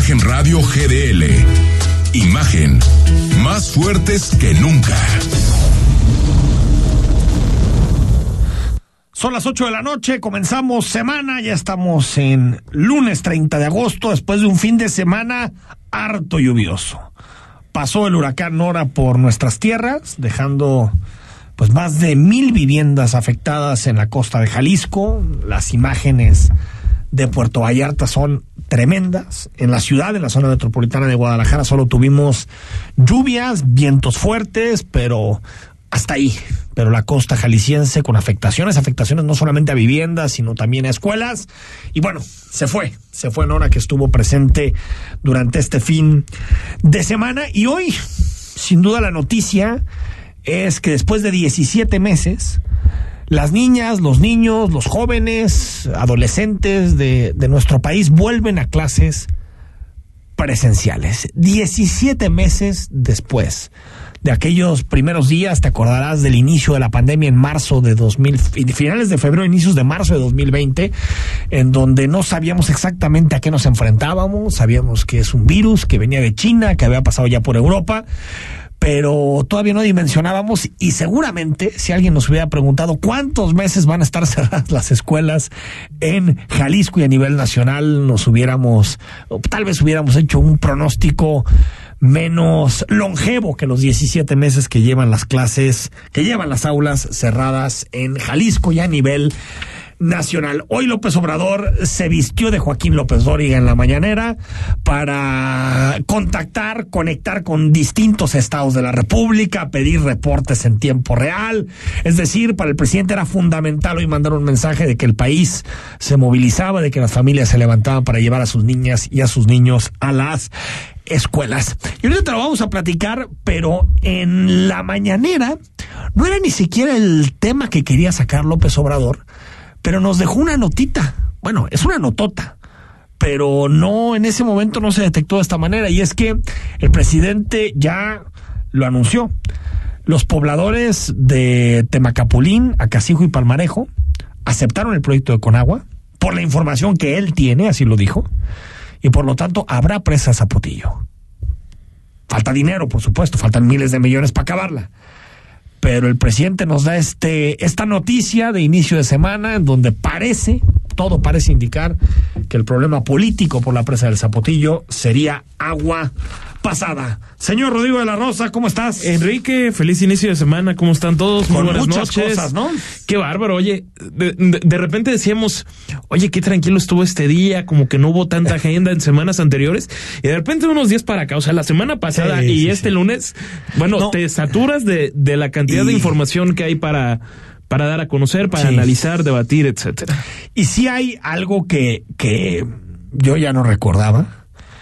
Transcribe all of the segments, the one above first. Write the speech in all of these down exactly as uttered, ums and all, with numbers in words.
Imagen Radio G D L. Imagen, más fuertes que nunca. Son las ocho de la noche, comenzamos semana, ya estamos en lunes treinta de agosto, después de un fin de semana harto lluvioso. Pasó el huracán Nora por nuestras tierras, dejando pues más de mil viviendas afectadas en la costa de Jalisco. Las imágenes de Puerto Vallarta son tremendas. En la ciudad, en la zona metropolitana de Guadalajara, solo tuvimos lluvias, vientos fuertes, pero hasta ahí. Pero la costa jalisciense con afectaciones, afectaciones no solamente a viviendas, sino también a escuelas. Y bueno, se fue, se fue Nora, que estuvo presente durante este fin de semana. Y hoy, sin duda, la noticia es que después de diecisiete meses, las niñas, los niños, los jóvenes, adolescentes de, de nuestro país vuelven a clases presenciales. diecisiete meses después de aquellos primeros días, te acordarás del inicio de la pandemia en marzo de dos mil, finales de febrero, inicios de marzo de dos mil veinte, en donde no sabíamos exactamente a qué nos enfrentábamos. Sabíamos que es un virus que venía de China, que había pasado ya por Europa, pero todavía no dimensionábamos, y seguramente si alguien nos hubiera preguntado cuántos meses van a estar cerradas las escuelas en Jalisco y a nivel nacional, nos hubiéramos, tal vez hubiéramos hecho un pronóstico menos longevo que los diecisiete meses que llevan las clases, que llevan las aulas cerradas en Jalisco y a nivel nacional. Hoy López Obrador se vistió de Joaquín López Dóriga en la mañanera para contactar, conectar con distintos estados de la República, pedir reportes en tiempo real. Es decir, para el presidente era fundamental hoy mandar un mensaje de que el país se movilizaba, de que las familias se levantaban para llevar a sus niñas y a sus niños a las escuelas. Y ahorita te lo vamos a platicar, pero en la mañanera no era ni siquiera el tema que quería sacar López Obrador, pero nos dejó una notita. Bueno, es una notota, pero no, en ese momento no se detectó de esta manera, y es que el presidente ya lo anunció. Los pobladores de Temacapulín, Acacijo y Palmarejo aceptaron el proyecto de Conagua por la información que él tiene, así lo dijo, y por lo tanto habrá presa Zapotillo. Falta dinero, por supuesto, faltan miles de millones para acabarla. Pero el presidente nos da este esta noticia de inicio de semana en donde parece, todo parece indicar que el problema político por la presa del Zapotillo sería agua pasada. Señor Rodrigo de la Rosa, ¿cómo estás? Enrique, feliz inicio de semana, ¿cómo están todos? Con Muy buenas muchas noches. cosas, ¿no? Qué bárbaro, oye, de, de, de repente decíamos, oye, qué tranquilo estuvo este día, como que no hubo tanta agenda en semanas anteriores, y de repente unos días para acá, o sea, la semana pasada sí, y sí, este sí. lunes, bueno, no. te saturas de, de la cantidad y... de información que hay para... para dar a conocer, para sí. analizar, debatir, etcétera. Y sí hay algo que, que yo ya no recordaba,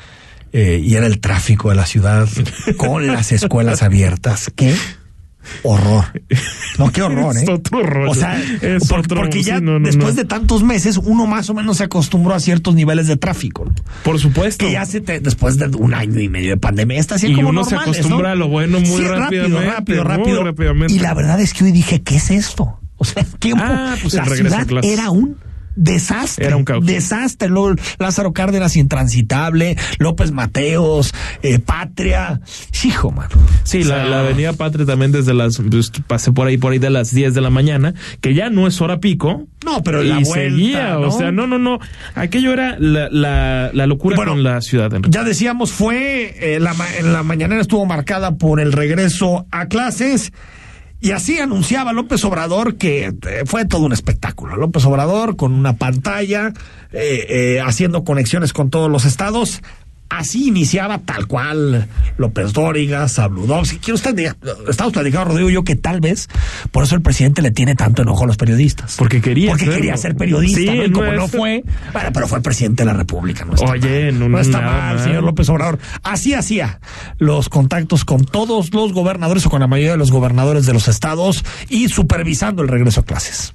eh, y era el tráfico de la ciudad con las escuelas abiertas. ¡Qué horror! No, qué horror, ¿eh? Es otro horror. O sea, es por, otro, porque ya sí, no, no, después no. de tantos meses, uno más o menos se acostumbró a ciertos niveles de tráfico, ¿no? Por supuesto. Que ya se te, después de un año y medio de pandemia, está así y como uno normales, se acostumbra, ¿no?, a lo bueno muy sí, rápidamente. rápido, rápido, rápido. Muy rápidamente. Y la verdad es que hoy dije, ¿qué es esto? O sea, ¿qué? Ah, pues la ciudad era un desastre. Era un caos. Desastre. Luego, Lázaro Cárdenas intransitable, López Mateos, eh, Patria. Hijo, mano. Sí, o sea, la, la avenida Patria también desde las, pues, pasé por ahí, por ahí de las diez de la mañana, que ya no es hora pico. No, pero y la vuelta, seguía, ¿no? O sea, no, no, no. Aquello era la, la, la locura bueno, con la ciudad. Enrique. Ya decíamos, fue, eh, la, en la mañana estuvo marcada por el regreso a clases. Y así anunciaba López Obrador que eh, fue todo un espectáculo. López Obrador con una pantalla, eh, eh, haciendo conexiones con todos los estados. Así iniciaba tal cual López Dóriga, Sabludovsky. Quiero estar, estamos platicando, Rodrigo y yo, que tal vez por eso el presidente le tiene tanto enojo a los periodistas. Porque quería Porque serlo. quería ser periodista, sí, ¿no? Y como no, no es... fue, bueno, pero fue presidente de la República. No está Oye, mal, no, no está nada mal, mal. señor López Obrador. Así hacía los contactos con todos los gobernadores o con la mayoría de los gobernadores de los estados y supervisando el regreso a clases.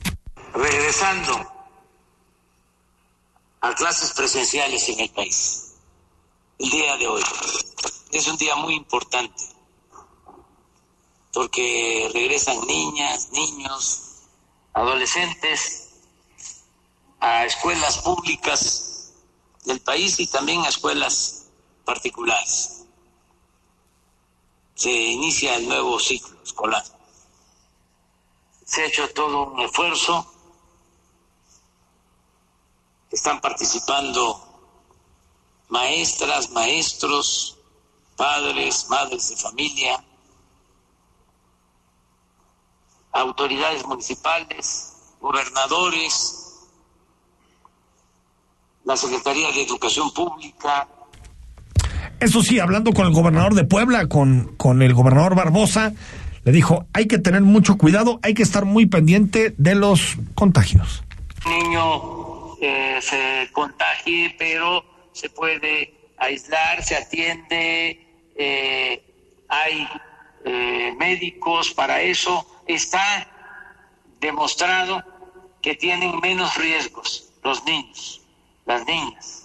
Regresando a clases presenciales en el país. El día de hoy es un día muy importante porque regresan niñas, niños, adolescentes a escuelas públicas del país y también a escuelas particulares. Se inicia el nuevo ciclo escolar. Se ha hecho todo un esfuerzo. Están participando maestras, maestros, padres, madres de familia, autoridades municipales, gobernadores, la Secretaría de Educación Pública. Eso sí, hablando con el gobernador de Puebla, con, con el gobernador Barbosa, le dijo, hay que tener mucho cuidado, hay que estar muy pendiente de los contagios. El niño eh, se contagie, pero se puede aislar, se atiende, eh, hay eh, médicos para eso. Está demostrado que tienen menos riesgos los niños, las niñas.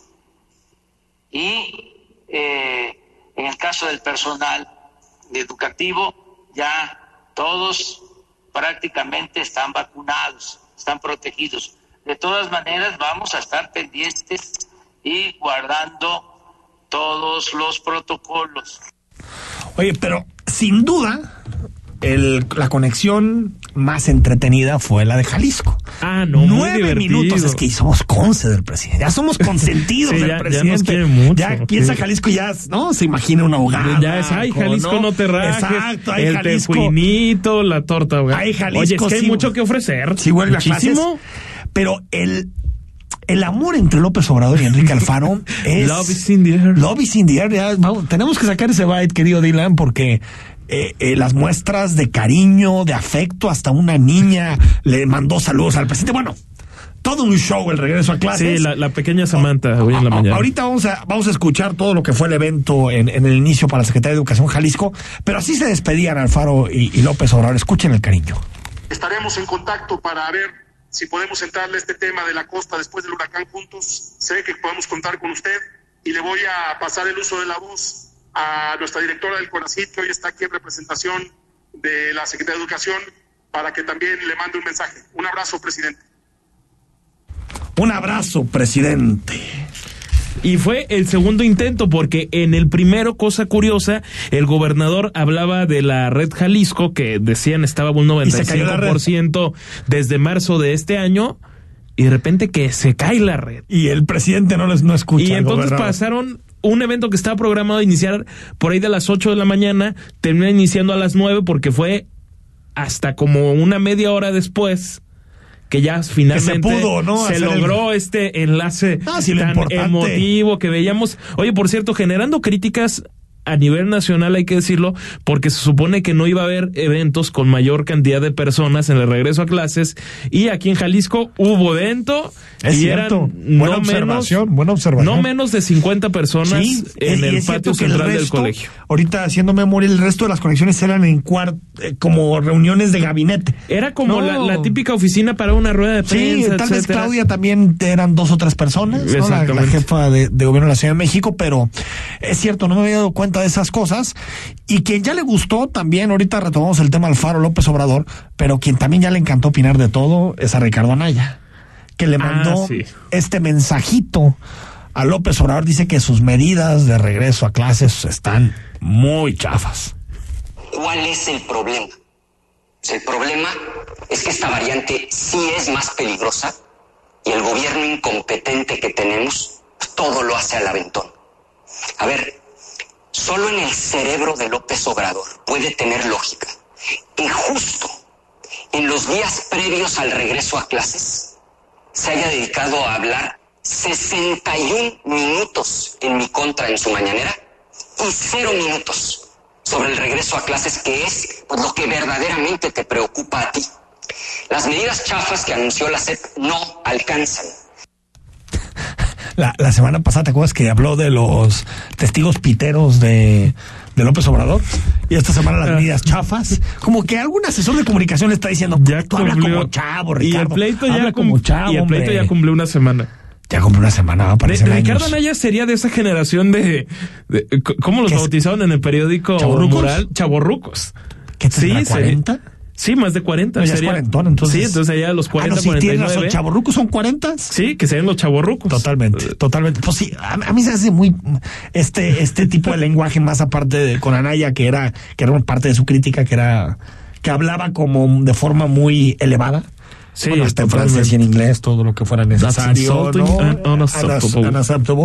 Y eh, en el caso del personal educativo, ya todos prácticamente están vacunados, están protegidos. De todas maneras, vamos a estar pendientes y guardando todos los protocolos. Oye, pero sin duda, el, la conexión más entretenida fue la de Jalisco. Ah, no, Nueve muy divertido. minutos, es que somos conce del presidente, ya somos consentidos sí, del ya, presidente. Ya nos quiere mucho. Ya piensa sí. Jalisco, ya, ¿no? Se imagina una ahogada. Ya es, ay, Jalisco, no, no te rajes. Exacto, ay, el Jalisco. tejuinito, la torta ahogada. Ay, Jalisco, Oye, es que sí, hay mucho que ofrecer. Sí, vuelve muchísimo. A clases, pero el... El amor entre López Obrador y Enrique Alfaro es... Love is in the air. Love is in the air. Ya, vamos, tenemos que sacar ese bite, querido Dylan, porque eh, eh, las muestras de cariño, de afecto, hasta una niña le mandó saludos al presidente. Bueno, todo un show el regreso a clases. Sí, la, la pequeña Samantha, hoy en la mañana. Ahorita vamos a, vamos a escuchar todo lo que fue el evento en, en el inicio para la Secretaría de Educación Jalisco, pero así se despedían Alfaro y, y López Obrador. Escuchen el cariño. Estaremos en contacto para ver si podemos entrarle a este tema de la costa después del huracán juntos. Sé que podemos contar con usted y le voy a pasar el uso de la voz a nuestra directora del CONACYT, que hoy está aquí en representación de la Secretaría de Educación, para que también le mande un mensaje. Un abrazo, presidente. Un abrazo, presidente. Y fue el segundo intento, porque en el primero, cosa curiosa, el gobernador hablaba de la red Jalisco, que decían estaba un noventa y cinco por ciento desde marzo de este año, y de repente que se cae la red. Y el presidente no les no escucha. Y entonces pasaron un evento que estaba programado a iniciar por ahí de las ocho de la mañana, terminó iniciando a las nueve, porque fue hasta como una media hora después que ya finalmente que se, pudo, ¿no? se logró el... este enlace ah, sí, tan importante. emotivo que veíamos. Oye, por cierto, generando críticas a nivel nacional, hay que decirlo, porque se supone que no iba a haber eventos con mayor cantidad de personas en el regreso a clases, y aquí en Jalisco hubo evento. Es y cierto. Eran buena no observación, menos, buena observación. No menos de cincuenta personas sí, en el es patio central el resto, del colegio. Ahorita, haciendo memoria, el resto de las conexiones eran en cuart, eh, como reuniones de gabinete. Era como no. la, la típica oficina para una rueda de prensa. Sí, tal etcétera. vez Claudia también eran dos o tres personas, ¿no? la, la jefa de, de gobierno de la Ciudad de México, pero es cierto, no me había dado cuenta de esas cosas. Y quien ya le gustó también, ahorita retomamos el tema Alfaro, López Obrador, pero quien también ya le encantó opinar de todo es a Ricardo Anaya, que le mandó ah, sí. este mensajito a López Obrador. Dice que sus medidas de regreso a clases están muy chafas. ¿Cuál es el problema? Pues el problema es que esta variante sí es más peligrosa y el gobierno incompetente que tenemos todo lo hace al aventón. A ver, solo en el cerebro de López Obrador puede tener lógica que justo en los días previos al regreso a clases se haya dedicado a hablar sesenta y un minutos en mi contra en su mañanera y cero minutos sobre el regreso a clases, que es pues, lo que verdaderamente te preocupa a ti. Las medidas chafas que anunció la S E P no alcanzan. La, la semana pasada, ¿te acuerdas que habló de los testigos piteros de, de López Obrador? Y esta semana las medidas chafas. Como que algún asesor de comunicación le está diciendo, ya tú habla como chavo, Ricardo. Y el pleito ya, habla como chavo, y el pleito ya cumplió una semana. Ya cumplió una semana, va a parecer de, años. Ricardo Anaya sería de esa generación de, de ¿cómo los bautizaron en el periódico ¿Chavorrucos? Mural? Chavorrucos. ¿Qué tendrá, sí, cuarenta? Sí, más de cuarenta. No, ya sería, es cuarentón, entonces. Sí, entonces sería los cuarenta, ah, no, sí, cuarenta y nueve. Tienes, ¿los chavorrucos son cuarenta? Sí, que serían los chavorrucos. Totalmente, totalmente. Pues sí, a, a mí se hace muy este este tipo de lenguaje, más aparte de con Anaya, que era que era parte de su crítica, que era que hablaba como de forma muy elevada. Sí, bueno, hasta en francés y en inglés, todo lo que fuera necesario, ¿no? Unacceptable. Unacceptable.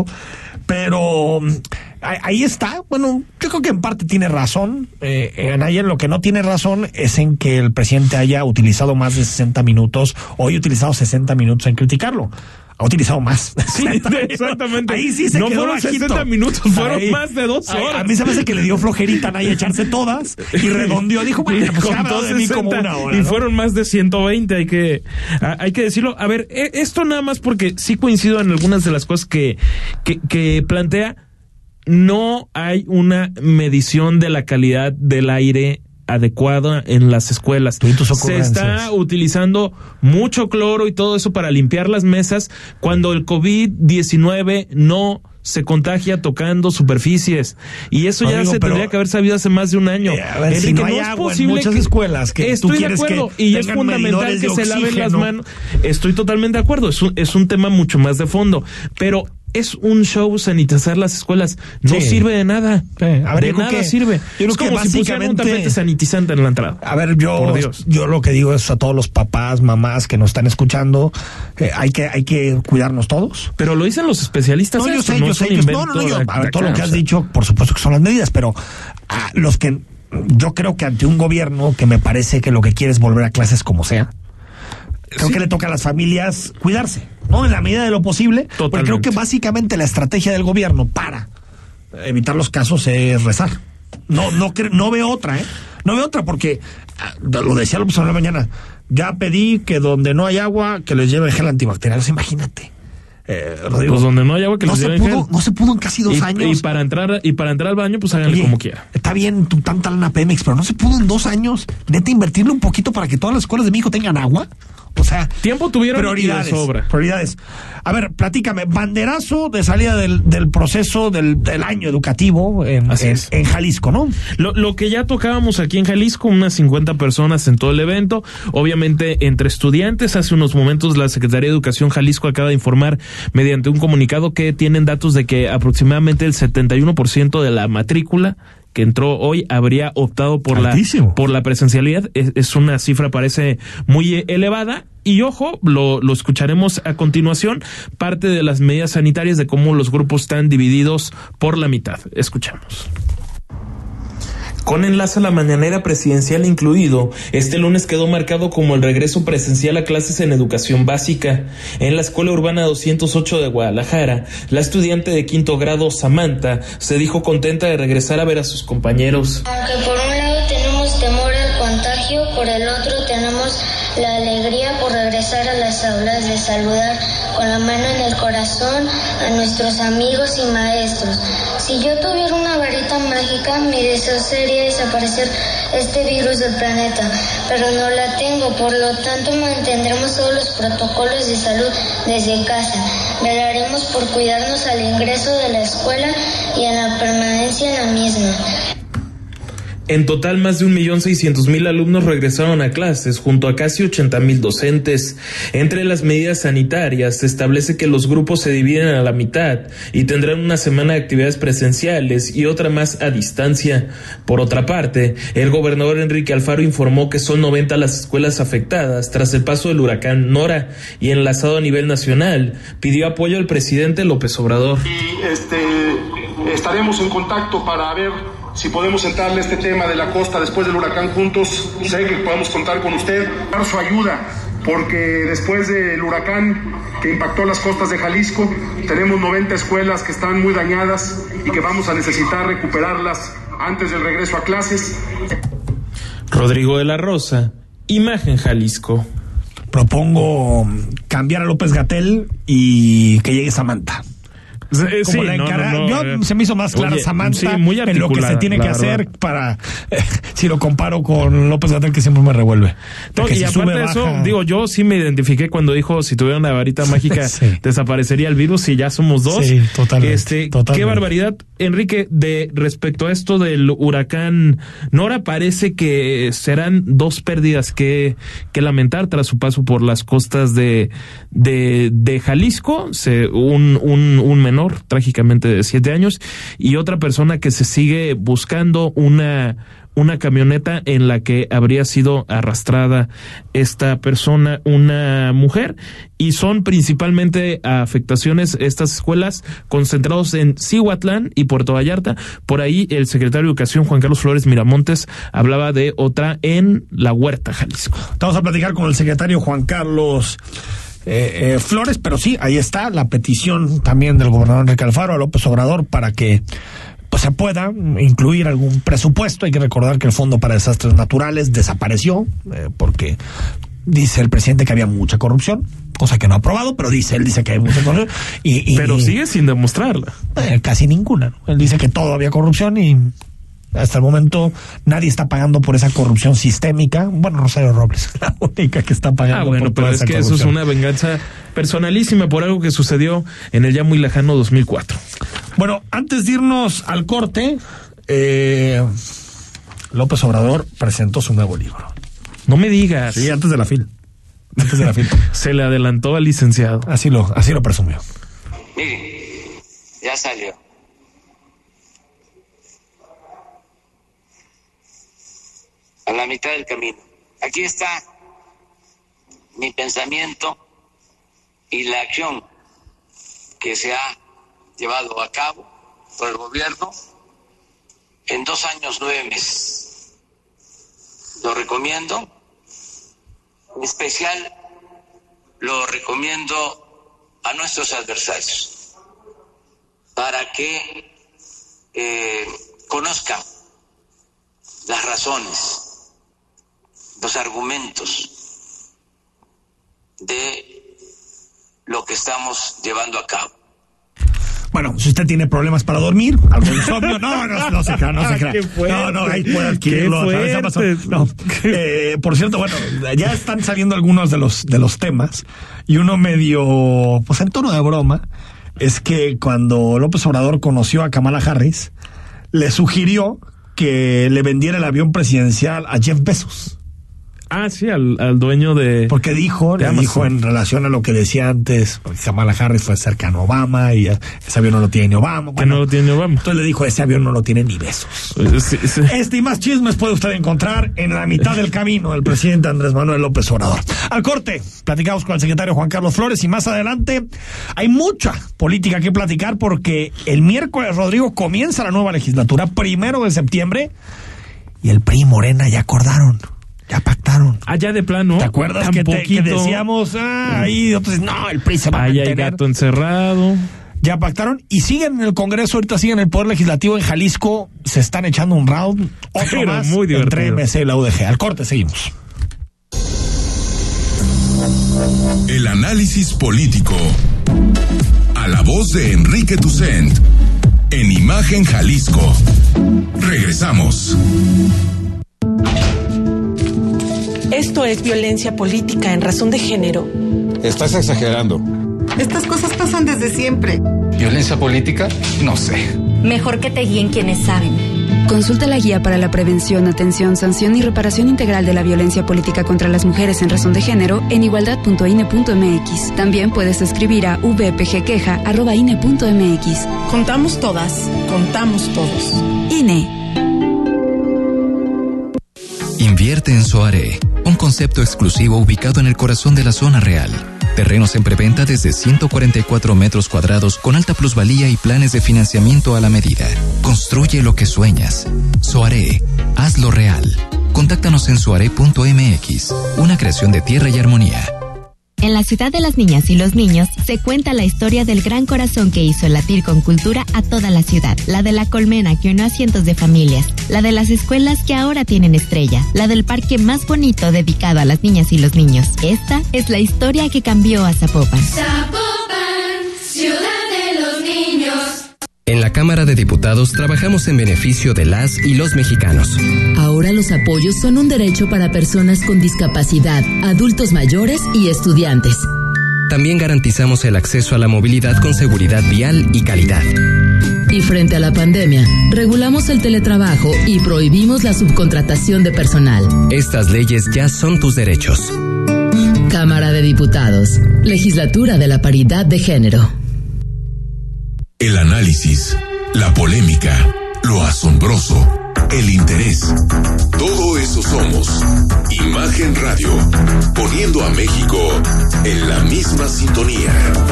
Pero ahí está. Bueno, yo creo que en parte tiene razón. Eh, Anaya, lo que no tiene razón es en que el presidente haya utilizado más de sesenta minutos, o haya utilizado sesenta minutos en criticarlo. Ha utilizado más. Sí, exactamente. Ahí sí se no quedó fueron bajito. sesenta minutos, fueron ahí, más de dos horas. A, a mí se me hace que le dio flojerita a Anaya echarse todas y redondeó. Dijo, bueno, pues ya de mí como una hora, y ¿no? fueron más de ciento veinte, hay que, hay que decirlo. A ver, esto nada más porque sí coincido en algunas de las cosas que, que, que plantea. No hay una medición de la calidad del aire adecuada en las escuelas. Se está utilizando mucho cloro y todo eso para limpiar las mesas cuando el COVID diecinueve no se contagia tocando superficies. Y eso no, ya digo, se tendría que haber sabido hace más de un año. Eh, a ver, Enrique, si no, no hay es agua posible en muchas que, escuelas que estoy tú quieres de acuerdo, que y es fundamental que se laven las manos. Estoy totalmente de acuerdo. Es un, es un tema mucho más de fondo. Pero es un show sanitizar las escuelas. No sí. sirve de nada. Sí. A ver, de nada que, sirve. Yo es como si pusieran un tapete sanitizante en la entrada. A ver, yo, yo lo que digo es a todos los papás, mamás que nos están escuchando, eh, hay que hay que cuidarnos todos. Pero lo dicen los especialistas. No, yo esto, sé, no yo sé. Yo, no, no, no, yo, a ver, todo lo que has dicho, por supuesto que son las medidas, pero a los que yo creo que ante un gobierno que me parece que lo que quiere es volver a clases como sea, creo sí. que le toca a las familias cuidarse, ¿no? En la medida de lo posible. Totalmente. Porque creo que básicamente la estrategia del gobierno para evitar los casos es rezar. No, no, no veo otra, ¿eh? No veo otra porque, lo decía López Obrador mañana, ya pedí que donde no hay agua, que les lleve gel antibacterial. Imagínate. Eh, Rodrigo, pues donde no hay agua que no les se lleven pudo, gel. No se pudo en casi dos y, años. Y para entrar y para entrar al baño, pues háganle Oye, como quiera. Está bien tu tanta lana Pemex, pero no se pudo en dos años. Neta, invertirle un poquito para que todas las escuelas de mi hijo tengan agua. O sea, tiempo tuvieron prioridades, y de sobra. Prioridades. A ver, platícame, banderazo de salida del, del proceso del, del año educativo en, en, en Jalisco, ¿no? Lo, lo que ya tocábamos aquí en Jalisco, unas cincuenta personas en todo el evento, obviamente entre estudiantes. Hace unos momentos la Secretaría de Educación Jalisco acaba de informar mediante un comunicado que tienen datos de que aproximadamente el setenta y uno por ciento de la matrícula que entró hoy habría optado por Altísimo. la por la presencialidad. Es, es una cifra, parece muy elevada. Y ojo, lo, lo escucharemos a continuación, parte de las medidas sanitarias de cómo los grupos están divididos por la mitad. Escuchamos. Con enlace a la mañanera presidencial incluido, este lunes quedó marcado como el regreso presencial a clases en educación básica. En la Escuela Urbana doscientos ocho de Guadalajara, la estudiante de quinto grado, Samantha, se dijo contenta de regresar a ver a sus compañeros. Aunque por un lado tenemos temor al contagio, por el otro tenemos la alegría por regresar a las aulas, de saludar con la mano en el corazón a nuestros amigos y maestros. Si yo tuviera una varita mágica, mi deseo sería desaparecer este virus del planeta, pero no la tengo, por lo tanto mantendremos todos los protocolos de salud desde casa. Velaremos por cuidarnos al ingreso de la escuela y en la permanencia en la misma. En total, más de un millón seiscientos mil alumnos regresaron a clases, junto a casi ochenta mil docentes. Entre las medidas sanitarias, se establece que los grupos se dividen a la mitad y tendrán una semana de actividades presenciales y otra más a distancia. Por otra parte, el gobernador Enrique Alfaro informó que son noventa las escuelas afectadas tras el paso del huracán Nora y, enlazado a nivel nacional, pidió apoyo al presidente López Obrador. Y este, estaremos en contacto para ver si podemos entrarle a este tema de la costa después del huracán juntos. Sé que podemos contar con usted, dar su ayuda, porque después del huracán que impactó las costas de Jalisco, tenemos noventa escuelas que están muy dañadas y que vamos a necesitar recuperarlas antes del regreso a clases. Rodrigo de la Rosa, Imagen Jalisco. Propongo cambiar a López-Gatell y que llegue Samantha. Sí, sí, la no, encara- no, no, Yo eh. se me hizo más clara Oye, Samantha sí, muy en lo que se articulada, tiene la que verdad. hacer para, eh, si lo comparo con López Gatell, que siempre me revuelve. No, Que y si aparte sube, de eso, baja. digo, yo sí me identifiqué cuando dijo si tuviera una varita mágica Sí. desaparecería el virus y ya somos dos. Sí, totalmente, Este, totalmente. qué barbaridad. Enrique, de respecto a esto del huracán Nora, parece que serán dos pérdidas que, que lamentar tras su paso por las costas de, de, de Jalisco. Se, un, un, un menor, trágicamente de siete años, y otra persona que se sigue buscando, una una camioneta en la que habría sido arrastrada esta persona, una mujer, y son principalmente afectaciones estas escuelas concentrados en Cihuatlán y Puerto Vallarta. Por ahí el secretario de Educación, Juan Carlos Flores Miramontes, hablaba de otra en La Huerta, Jalisco. Vamos a platicar con el secretario Juan Carlos eh, eh, Flores, pero sí, ahí está la petición también del gobernador Enrique Alfaro a López Obrador para que pues se pueda incluir algún presupuesto. Hay que recordar que el Fondo para Desastres Naturales desapareció eh, porque dice el presidente que había mucha corrupción, cosa que no ha aprobado, pero dice, él dice que hay mucha corrupción. Y, y, pero sigue sin demostrarla. Eh, casi ninguna, ¿no? Él dice que todo había corrupción y hasta el momento nadie está pagando por esa corrupción sistémica. Bueno, Rosario Robles, la única que está pagando. Ah, bueno, por pero toda es esa que corrupción. eso es una venganza personalísima por algo que sucedió en el ya muy lejano dos mil cuatro. Bueno, antes de irnos al corte, eh, López Obrador presentó su nuevo libro. No me digas. Sí, antes de la fila. Antes de la fila. Se le adelantó al licenciado. Así lo, así lo presumió. Miren, ya salió. A la mitad del camino. Aquí está mi pensamiento y la acción que se ha llevado a cabo por el gobierno en dos años, nueve meses. Lo recomiendo, en especial lo recomiendo a nuestros adversarios para que eh, conozcan las razones, los argumentos de lo que estamos llevando a cabo. Bueno, si usted tiene problemas para dormir, algo insomnio, no, no, no se crea, no se crea. No, no, ahí puede adquirirlo. Qué a través de Amazon. fuerte. No. Eh, por cierto, bueno, ya están saliendo algunos de los de los temas y uno medio, pues en tono de broma, es que cuando López Obrador conoció a Kamala Harris, le sugirió que le vendiera el avión presidencial a Jeff Bezos. Ah, sí, al, al dueño de... Porque dijo, de le Amazon. dijo en relación a lo que decía antes, porque Kamala Harris fue cercano a Obama y ese avión no lo tiene ni Obama. Que no lo tiene Obama. Entonces le dijo, ese avión no lo tiene ni Bezos. Sí, sí. Este y más chismes puede usted encontrar en la mitad del camino del presidente Andrés Manuel López Obrador. Al corte, platicamos con el secretario Juan Carlos Flores y más adelante hay mucha política que platicar porque el miércoles, Rodrigo, comienza la nueva legislatura, primero de septiembre, y el P R I y Morena ya acordaron. Ya pactaron. Allá de plano. ¿Te acuerdas tan que, te, que poquito? decíamos, ah, ahí, otros, no, el P R I se va a Allá hay mantener? gato encerrado. Ya pactaron y siguen en el Congreso, ahorita siguen en el Poder Legislativo en Jalisco, se están echando un round, otro Pero más muy divertido. entre M C y la U D G. Al corte, seguimos. El análisis político. A la voz de Enrique Tucent. En Imagen Jalisco. Regresamos. Esto es violencia política en razón de género. Estás exagerando. Estas cosas pasan desde siempre. ¿Violencia política? No sé. Mejor que te guíen quienes saben. Consulta la guía para la prevención, atención, sanción y reparación integral de la violencia política contra las mujeres en razón de género en igualdad punto i n e punto m x. También puedes escribir a v p g queja arroba i n e punto m x. Contamos todas, contamos todos. I N E. Invierte en Soaré, un concepto exclusivo ubicado en el corazón de la zona real. Terrenos en preventa desde ciento cuarenta y cuatro metros cuadrados con alta plusvalía y planes de financiamiento a la medida. Construye lo que sueñas. Soaré, hazlo real. Contáctanos en soaré punto m x, una creación de Tierra y Armonía. En la ciudad de las niñas y los niños se cuenta la historia del gran corazón que hizo latir con cultura a toda la ciudad. La de la colmena que unió a cientos de familias. La de las escuelas que ahora tienen estrella. La del parque más bonito dedicado a las niñas y los niños. Esta es la historia que cambió a Zapopan. Zapopan, ciudad de los niños. En la Cámara de Diputados trabajamos en beneficio de las y los mexicanos. Ahora los apoyos son un derecho para personas con discapacidad, adultos mayores y estudiantes. También garantizamos el acceso a la movilidad con seguridad vial y calidad. Y frente a la pandemia, regulamos el teletrabajo y prohibimos la subcontratación de personal. Estas leyes ya son tus derechos. Cámara de Diputados, Legislatura de la Paridad de Género. El análisis, la polémica, lo asombroso, el interés. Todo eso somos. Imagen Radio, poniendo a México en la misma sintonía.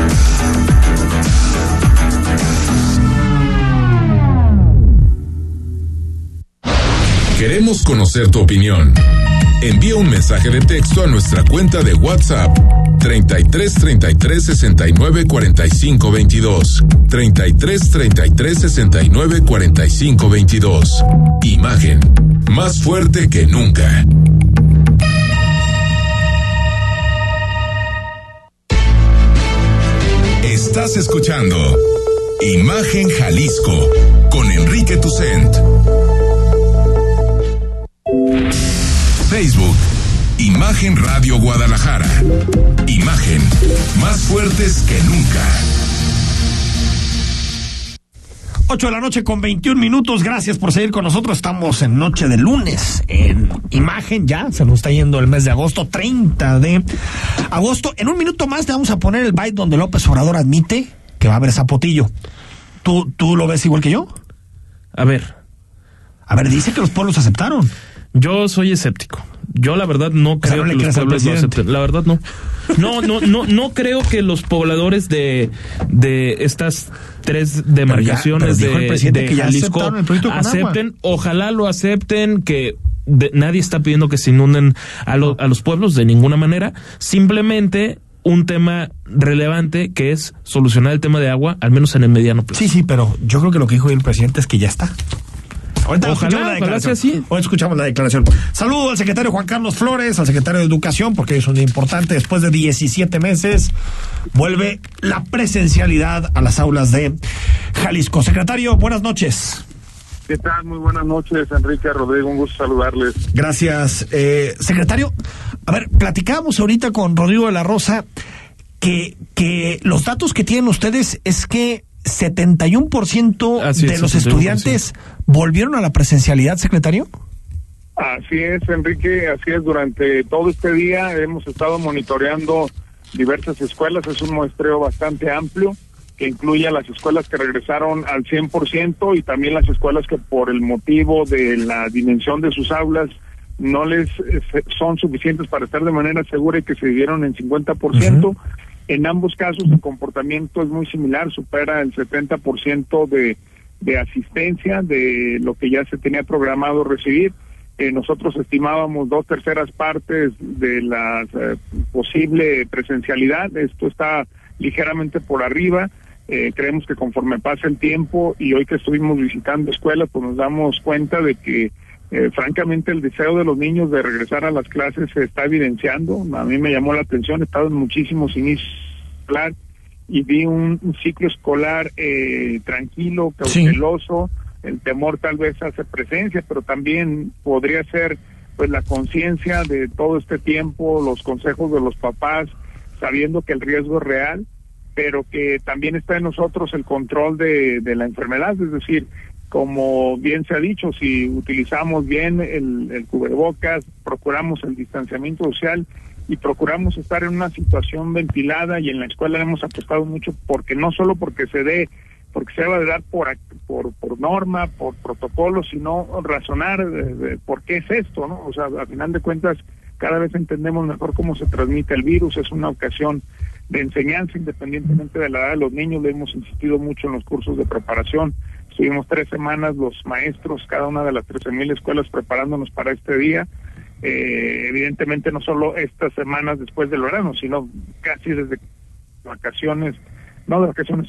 Queremos conocer tu opinión. Envía un mensaje de texto a nuestra cuenta de WhatsApp treinta y tres treinta y tres sesenta y nueve cuarenta y cinco veintidós. treinta y tres treinta y tres sesenta y nueve cuarenta y cinco veintidós. Imagen, más fuerte que nunca. Estás escuchando Imagen Jalisco con Enrique Tucent. Facebook, Imagen Radio Guadalajara. Imagen, más fuertes que nunca. ocho de la noche con veintiún minutos. Gracias por seguir con nosotros. Estamos en noche de lunes en Imagen. Ya se nos está yendo el mes de agosto, treinta de agosto. En un minuto más te vamos a poner el byte donde López Obrador admite que va a haber zapotillo. ¿Tú, tú lo ves igual que yo? A ver. A ver, dice que los pueblos aceptaron. Yo soy escéptico. Yo la verdad no creo no que los pueblos lo acepten. La verdad no. No, no, no, no creo que los pobladores de, de estas tres demarcaciones pero ya, pero de, de que Jalisco el acepten. Ojalá lo acepten, que de, nadie está pidiendo que se inunden a, lo, a los pueblos de ninguna manera. Simplemente un tema relevante que es solucionar el tema de agua, al menos en el mediano plazo. Sí, sí, pero yo creo que lo que dijo el presidente es que ya está. Ahorita ojalá, ojalá sea así. Hoy escuchamos la declaración. Saludo al secretario Juan Carlos Flores, al secretario de Educación, porque es un día importante. Después de diecisiete meses, vuelve la presencialidad a las aulas de Jalisco. Secretario, buenas noches. ¿Qué tal? Muy buenas noches, Enrique, Rodrigo, un gusto saludarles. Gracias. Eh, secretario, a ver, platicábamos ahorita con Rodrigo de la Rosa que, que los datos que tienen ustedes es que setenta y uno por ciento así de es, los estudiantes volvieron a la presencialidad, secretario. Así es, Enrique, así es. Durante todo este día hemos estado monitoreando diversas escuelas. Es un muestreo bastante amplio que incluye a las escuelas que regresaron al cien por ciento y también las escuelas que por el motivo de la dimensión de sus aulas no les eh, son suficientes para estar de manera segura y que se dieron en cincuenta por ciento. Uh-huh. En ambos casos el comportamiento es muy similar, supera el setenta por ciento de, de asistencia de lo que ya se tenía programado recibir. Eh, nosotros estimábamos dos terceras partes de la eh, posible presencialidad. Esto está ligeramente por arriba. Eh, creemos que conforme pasa el tiempo y hoy que estuvimos visitando escuelas, pues nos damos cuenta de que Eh, francamente el deseo de los niños de regresar a las clases se está evidenciando. A mí me llamó la atención, he estado en muchísimos inicios escolar y vi un, un ciclo escolar eh, tranquilo, cauteloso. Sí. El temor tal vez hace presencia, pero también podría ser pues la conciencia de todo este tiempo, los consejos de los papás, sabiendo que el riesgo es real, pero que también está en nosotros el control de, de la enfermedad, es decir, como bien se ha dicho, si utilizamos bien el, el cubrebocas, procuramos el distanciamiento social y procuramos estar en una situación ventilada, y en la escuela hemos apostado mucho porque no solo porque se dé, porque se deba de dar por, por, por norma, por protocolo, sino razonar de, de por qué es esto, ¿no? O sea, a final de cuentas, cada vez entendemos mejor cómo se transmite el virus. Es una ocasión de enseñanza independientemente de la edad de los niños. Le hemos insistido mucho en los cursos de preparación. Estuvimos tres semanas los maestros, cada una de las trece mil escuelas, preparándonos para este día. Eh, evidentemente no solo estas semanas después del verano, sino casi desde vacaciones, no de vacaciones,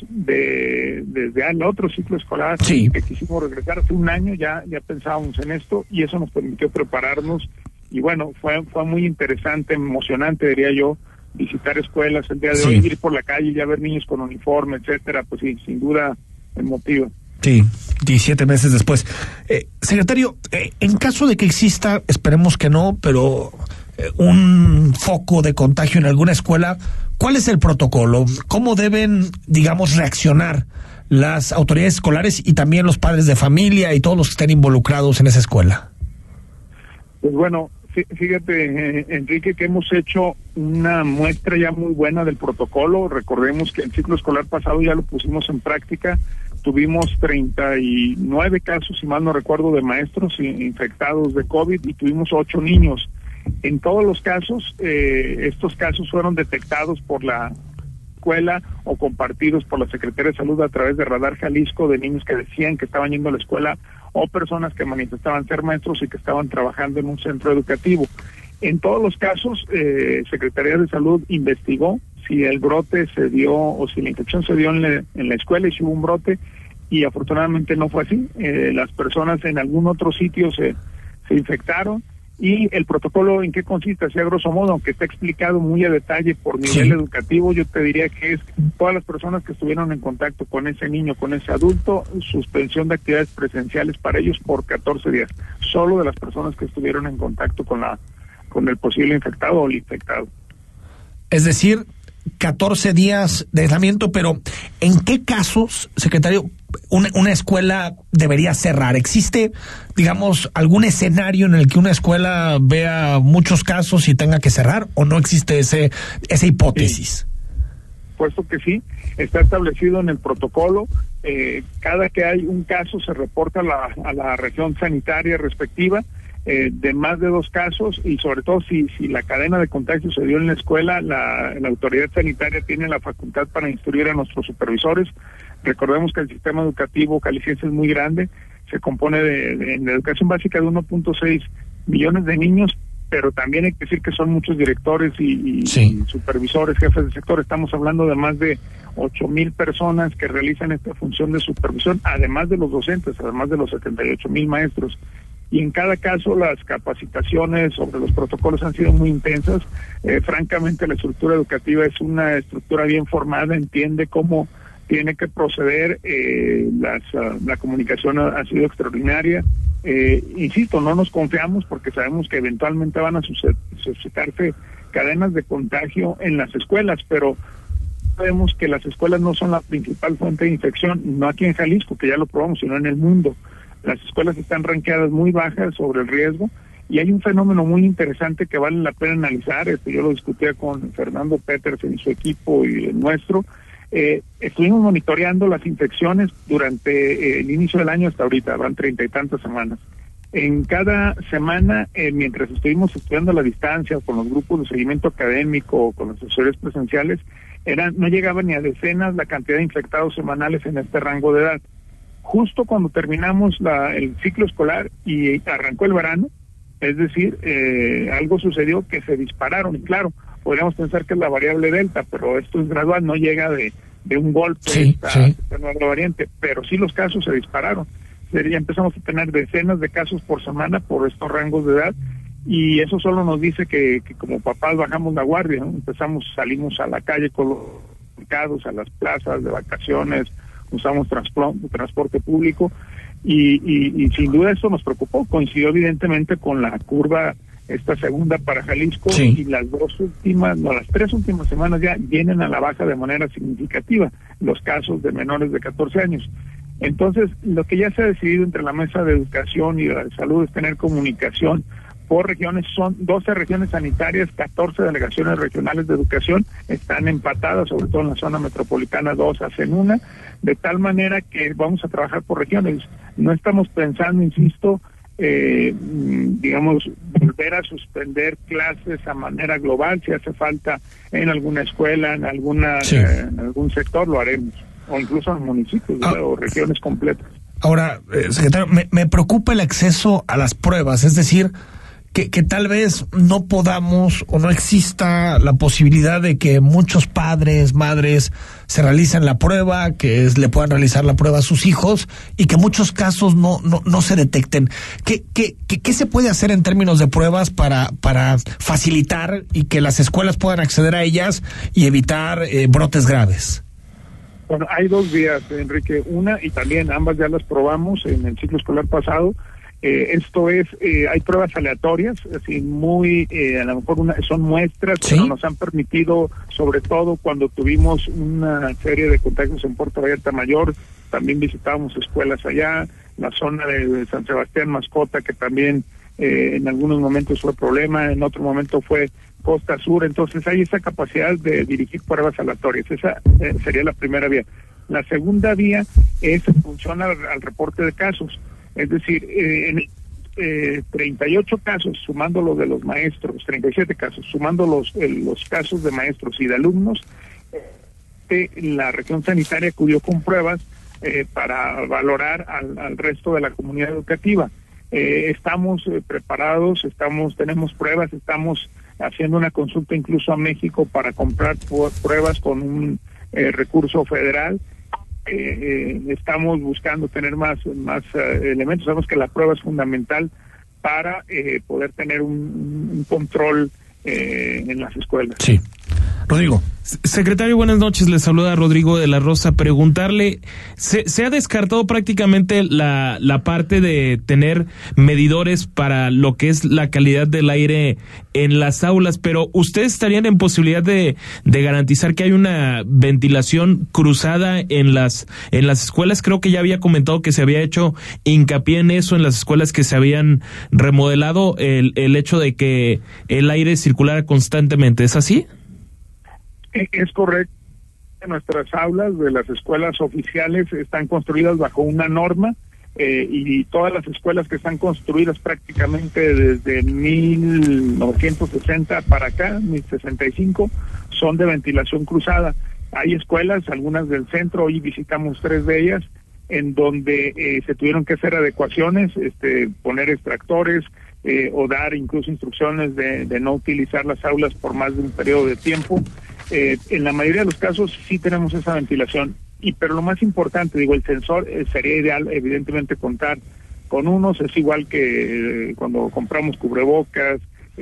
de desde el otro ciclo escolar. Sí. Que quisimos regresar hace un año, ya ya pensábamos en esto y eso nos permitió prepararnos. Y bueno, fue fue muy interesante, emocionante, diría yo, visitar escuelas el día de sí. hoy, ir por la calle y ya ver niños con uniforme, etcétera. Pues sí, sin duda emotiva. Sí, diecisiete meses después. Eh, secretario, eh, en caso de que exista, esperemos que no, pero eh, un foco de contagio en alguna escuela, ¿cuál es el protocolo? ¿Cómo deben, digamos, reaccionar las autoridades escolares y también los padres de familia y todos los que estén involucrados en esa escuela? Pues bueno, fíjate, eh, Enrique, que hemos hecho una muestra ya muy buena del protocolo. Recordemos que el ciclo escolar pasado ya lo pusimos en práctica. Tuvimos treinta y nueve casos, si mal no recuerdo, de maestros infectados de COVID y tuvimos ocho niños. En todos los casos, eh, estos casos fueron detectados por la escuela o compartidos por la Secretaría de Salud a través de Radar Jalisco, de niños que decían que estaban yendo a la escuela o personas que manifestaban ser maestros y que estaban trabajando en un centro educativo. En todos los casos, eh, Secretaría de Salud investigó si el brote se dio o si la infección se dio en la, en la escuela y si hubo un brote, y afortunadamente no fue así. Eh, las personas en algún otro sitio se, se infectaron. Y el protocolo, ¿en qué consiste? Así a grosso modo, aunque está explicado muy a detalle por nivel sí. educativo, yo te diría que es todas las personas que estuvieron en contacto con ese niño, con ese adulto, suspensión de actividades presenciales para ellos por catorce días, solo de las personas que estuvieron en contacto con la con el posible infectado o el infectado. Es decir, catorce días de aislamiento, pero ¿en qué casos, secretario, una, una escuela debería cerrar? ¿Existe, digamos, algún escenario en el que una escuela vea muchos casos y tenga que cerrar, o no existe ese esa hipótesis? Sí. Puesto que sí, está establecido en el protocolo. Eh, cada que hay un caso se reporta a la, a la región sanitaria respectiva. Eh, de más de dos casos, y sobre todo si si la cadena de contagio se dio en la escuela, la, la autoridad sanitaria tiene la facultad para instruir a nuestros supervisores. Recordemos que el sistema educativo caliciense es muy grande, se compone de, de, en la educación básica de uno punto seis millones de niños, pero también hay que decir que son muchos directores y, y, sí. y supervisores, jefes de sector. Estamos hablando de más de ocho mil personas que realizan esta función de supervisión, además de los docentes, además de los setenta y ocho mil maestros. Y en cada caso las capacitaciones sobre los protocolos han sido muy intensas. Eh, francamente, la estructura educativa es una estructura bien formada, entiende cómo tiene que proceder. Eh, las, uh, la comunicación ha, ha sido extraordinaria. Eh, insisto, no nos confiamos porque sabemos que eventualmente van a suscitarse cadenas de contagio en las escuelas, pero sabemos que las escuelas no son la principal fuente de infección, no aquí en Jalisco, que ya lo probamos, sino en el mundo. Las escuelas están rankeadas muy bajas sobre el riesgo, y hay un fenómeno muy interesante que vale la pena analizar. Este, yo lo discutía con Fernando Petersen y su equipo y el nuestro. Eh, estuvimos monitoreando las infecciones durante eh, el inicio del año hasta ahorita, van treinta y tantas semanas. En cada semana, eh, mientras estuvimos estudiando a la distancia, con los grupos de seguimiento académico, con los asesores presenciales, eran, no llegaba ni a decenas la cantidad de infectados semanales en este rango de edad. Justo cuando terminamos la, el ciclo escolar y arrancó el verano, es decir, eh, algo sucedió que se dispararon. Y claro, podríamos pensar que es la variable delta, pero esto es gradual, no llega de, de un golpe sí, esta, sí. esta nueva variante, pero sí los casos se dispararon. Ya empezamos a tener decenas de casos por semana por estos rangos de edad, y eso solo nos dice que, que como papás bajamos la guardia, ¿no? Empezamos, salimos a la calle con los mercados, a las plazas de vacaciones, usamos transporte, transporte público, y, y, y sin duda esto nos preocupó. Coincidió evidentemente con la curva, esta segunda para Jalisco, sí. y las dos últimas, no, las tres últimas semanas ya vienen a la baja de manera significativa los casos de menores de catorce años. Entonces, lo que ya se ha decidido entre la Mesa de Educación y la de Salud es tener comunicación por regiones. Son doce regiones sanitarias, catorce delegaciones regionales de educación, están empatadas, sobre todo en la zona metropolitana, dos hacen una, de tal manera que vamos a trabajar por regiones. No estamos pensando, insisto, eh, digamos, volver a suspender clases a manera global. Si hace falta en alguna escuela, en alguna sí. eh, en algún sector, lo haremos, o incluso en municipios ah. o regiones completas. Ahora, eh, secretario, me, me preocupa el acceso a las pruebas, es decir, Que, que tal vez no podamos o no exista la posibilidad de que muchos padres, madres se realicen la prueba, que es, le puedan realizar la prueba a sus hijos, y que muchos casos no no, no se detecten. ¿Qué, qué, qué, qué se puede hacer en términos de pruebas para, para facilitar y que las escuelas puedan acceder a ellas y evitar eh, brotes graves? Bueno, hay dos vías, Enrique. Una, y también ambas ya las probamos en el ciclo escolar pasado. Eh, esto es, eh, hay pruebas aleatorias, así muy, eh, a lo mejor una, son muestras, ¿sí? Pero nos han permitido, sobre todo cuando tuvimos una serie de contactos en Puerto Vallarta Mayor, también visitábamos escuelas allá, la zona de San Sebastián Mascota, que también eh, en algunos momentos fue problema, en otro momento fue Costa Sur, entonces hay esa capacidad de dirigir pruebas aleatorias, esa eh, sería la primera vía. La segunda vía es en función al, al reporte de casos. Es decir, eh, en eh, treinta y ocho casos, sumando los de los maestros, treinta y siete casos, sumando los, eh, los casos de maestros y de alumnos, eh, la región sanitaria acudió con pruebas eh, para valorar al, al resto de la comunidad educativa. Eh, estamos eh, preparados, estamos, tenemos pruebas, estamos haciendo una consulta incluso a México para comprar pruebas con un eh, recurso federal. Eh, eh, estamos buscando tener más más uh, elementos. Sabemos que la prueba es fundamental para eh, poder tener un, un control eh, en las escuelas. Sí. Rodrigo. Secretario, buenas noches. Le saluda Rodrigo de la Rosa. Preguntarle, se, se ha descartado prácticamente la, la parte de tener medidores para lo que es la calidad del aire en las aulas, pero ¿ustedes estarían en posibilidad de, de garantizar que hay una ventilación cruzada en las, en las escuelas? Creo que ya había comentado que se había hecho hincapié en eso en las escuelas que se habían remodelado, el, el hecho de que el aire circulara constantemente. ¿Es así? Es correcto. Nuestras aulas de las escuelas oficiales están construidas bajo una norma eh, y todas las escuelas que están construidas prácticamente desde mil novecientos sesenta para acá, mil sesenta y cinco, son de ventilación cruzada. Hay escuelas, algunas del centro, hoy visitamos tres de ellas, en donde eh, se tuvieron que hacer adecuaciones, este, poner extractores eh, o dar incluso instrucciones de, de no utilizar las aulas por más de un periodo de tiempo. Eh, en la mayoría de los casos sí tenemos esa ventilación, y pero lo más importante, digo, el sensor eh, sería ideal evidentemente contar con unos, es igual que eh, cuando compramos cubrebocas,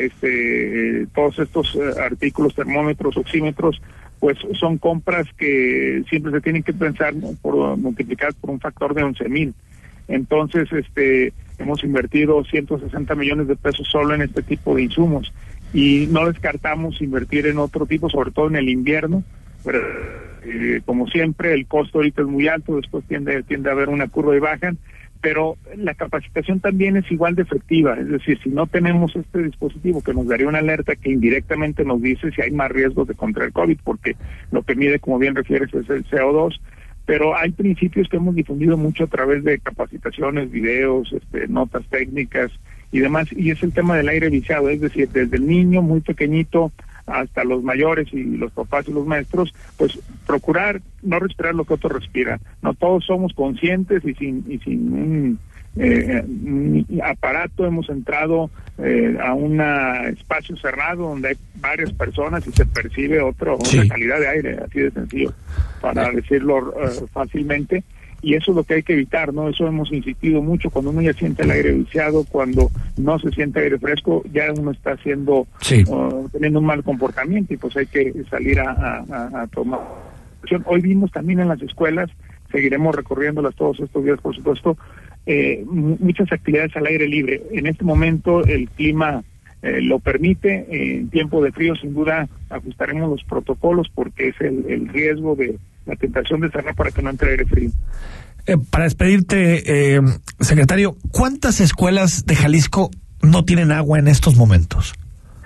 este, eh, todos estos eh, artículos, termómetros, oxímetros, pues son compras que siempre se tienen que pensar, ¿no?, por multiplicar por un factor de once mil. Entonces, este, hemos invertido ciento sesenta millones de pesos solo en este tipo de insumos. Y no descartamos invertir en otro tipo, sobre todo en el invierno, pero eh, como siempre el costo ahorita es muy alto, después tiende, tiende a haber una curva y bajan, pero la capacitación también es igual de efectiva, es decir, si no tenemos este dispositivo que nos daría una alerta que indirectamente nos dice si hay más riesgos de contraer COVID, porque lo que mide, como bien refieres, es el C O dos, pero hay principios que hemos difundido mucho a través de capacitaciones, videos, este, notas técnicas y demás, y es el tema del aire viciado, es decir, desde el niño muy pequeñito hasta los mayores y los papás y los maestros, pues procurar no respirar lo que otros respiran. No todos somos conscientes y sin y sin un, eh, un aparato hemos entrado eh, a un espacio cerrado donde hay varias personas y se percibe otro, sí. Una calidad de aire, así de sencillo, para decirlo uh, fácilmente. Y eso es lo que hay que evitar, ¿no? Eso hemos insistido mucho. Cuando uno ya siente el aire viciado, cuando no se siente aire fresco, ya uno está haciendo, sí. uh, teniendo un mal comportamiento, y pues hay que salir a, a, a tomar acción. Hoy vimos también en las escuelas, seguiremos recorriéndolas todos estos días, por supuesto, eh, muchas actividades al aire libre. En este momento el clima eh, lo permite. En tiempo de frío, sin duda, ajustaremos los protocolos porque es el, el riesgo de la tentación de cerrar para que no entre aire frío. Eh, para despedirte, eh, secretario, ¿cuántas escuelas de Jalisco no tienen agua en estos momentos?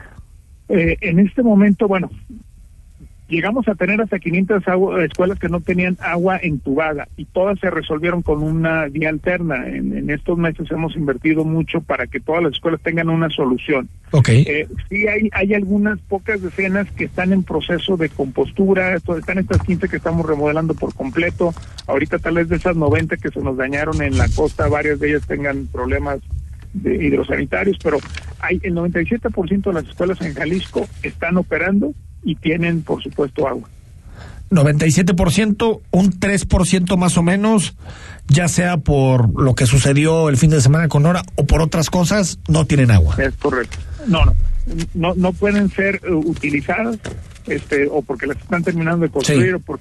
Eh, en este momento, bueno, llegamos a tener hasta quinientas agua, escuelas que no tenían agua entubada, y todas se resolvieron con una vía alterna. En, en estos meses hemos invertido mucho para que todas las escuelas tengan una solución. Okay. Eh, sí hay, hay algunas pocas decenas que están en proceso de compostura. Esto, están estas quince que estamos remodelando por completo. Ahorita tal vez de esas noventa que se nos dañaron en la costa, varias de ellas tengan problemas de hidrosanitarios, pero hay el noventa y siete por ciento de las escuelas en Jalisco están operando y tienen, por supuesto, agua. noventa y siete por ciento, un tres por ciento más o menos, ya sea por lo que sucedió el fin de semana con Nora o por otras cosas, no tienen agua. Es correcto. No, no, no, no pueden ser uh, utilizadas, este, o porque las están terminando de construir, sí. o porque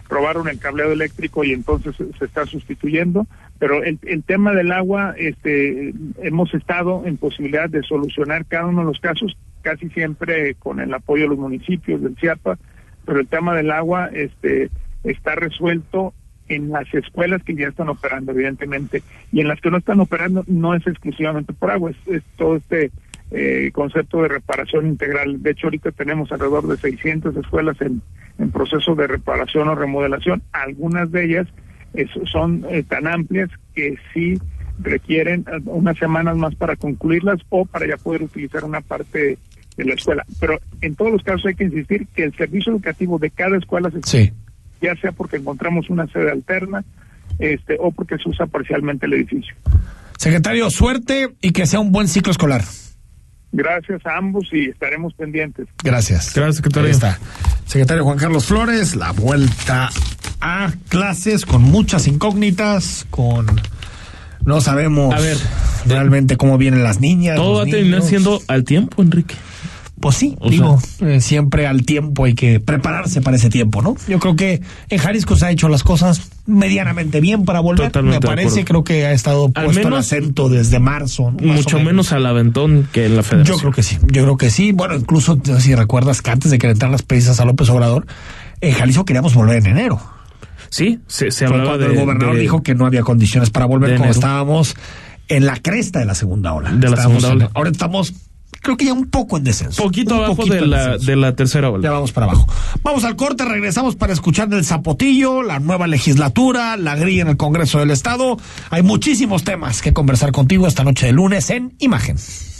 probaron el cableado eléctrico y entonces se está sustituyendo, pero el, el tema del agua, este, hemos estado en posibilidad de solucionar cada uno de los casos, casi siempre con el apoyo de los municipios del CIAPA, pero el tema del agua, este, está resuelto en las escuelas que ya están operando, evidentemente, y en las que no están operando no es exclusivamente por agua, es, es todo este eh, concepto de reparación integral. De hecho, ahorita tenemos alrededor de seiscientas escuelas en, en proceso de reparación o remodelación. Algunas de ellas es, son eh, tan amplias que sí requieren unas semanas más para concluirlas o para ya poder utilizar una parte de la escuela. Pero en todos los casos hay que insistir que el servicio educativo de cada escuela se sí. ya sea porque encontramos una sede alterna, este, o porque se usa parcialmente el edificio. Secretario, suerte y que sea un buen ciclo escolar. Gracias a ambos y estaremos pendientes. Gracias. Gracias, secretario. Ahí está. Secretario Juan Carlos Flores, la vuelta a clases con muchas incógnitas, con... No sabemos a ver, realmente cómo vienen las niñas. Todo va a terminar siendo al tiempo, Enrique. Pues sí, o digo, sea, eh, siempre al tiempo hay que prepararse para ese tiempo, ¿no? Yo creo que en Jalisco se ha hecho las cosas medianamente bien para volver. Totalmente me parece, creo que ha estado al puesto menos, el acento desde marzo, ¿no? Mucho menos. menos al aventón que en la federación. Yo creo que sí, yo creo que sí. Bueno, incluso si recuerdas que antes de que le entraran las pesas a López Obrador, en Jalisco queríamos volver en enero. Sí, se, se Fue hablaba cuando de... el gobernador de, dijo que no había condiciones para volver, como enero. estábamos en la cresta de la segunda ola. De la estábamos segunda ola. En, ahora estamos... Creo que ya un poco en descenso. Poquito un abajo poquito de la, de la tercera ola. Ya vamos para abajo. Vamos al corte, regresamos para escuchar del Zapotillo, la nueva legislatura, la grilla en el Congreso del Estado. Hay muchísimos temas que conversar contigo esta noche de lunes en Imagen.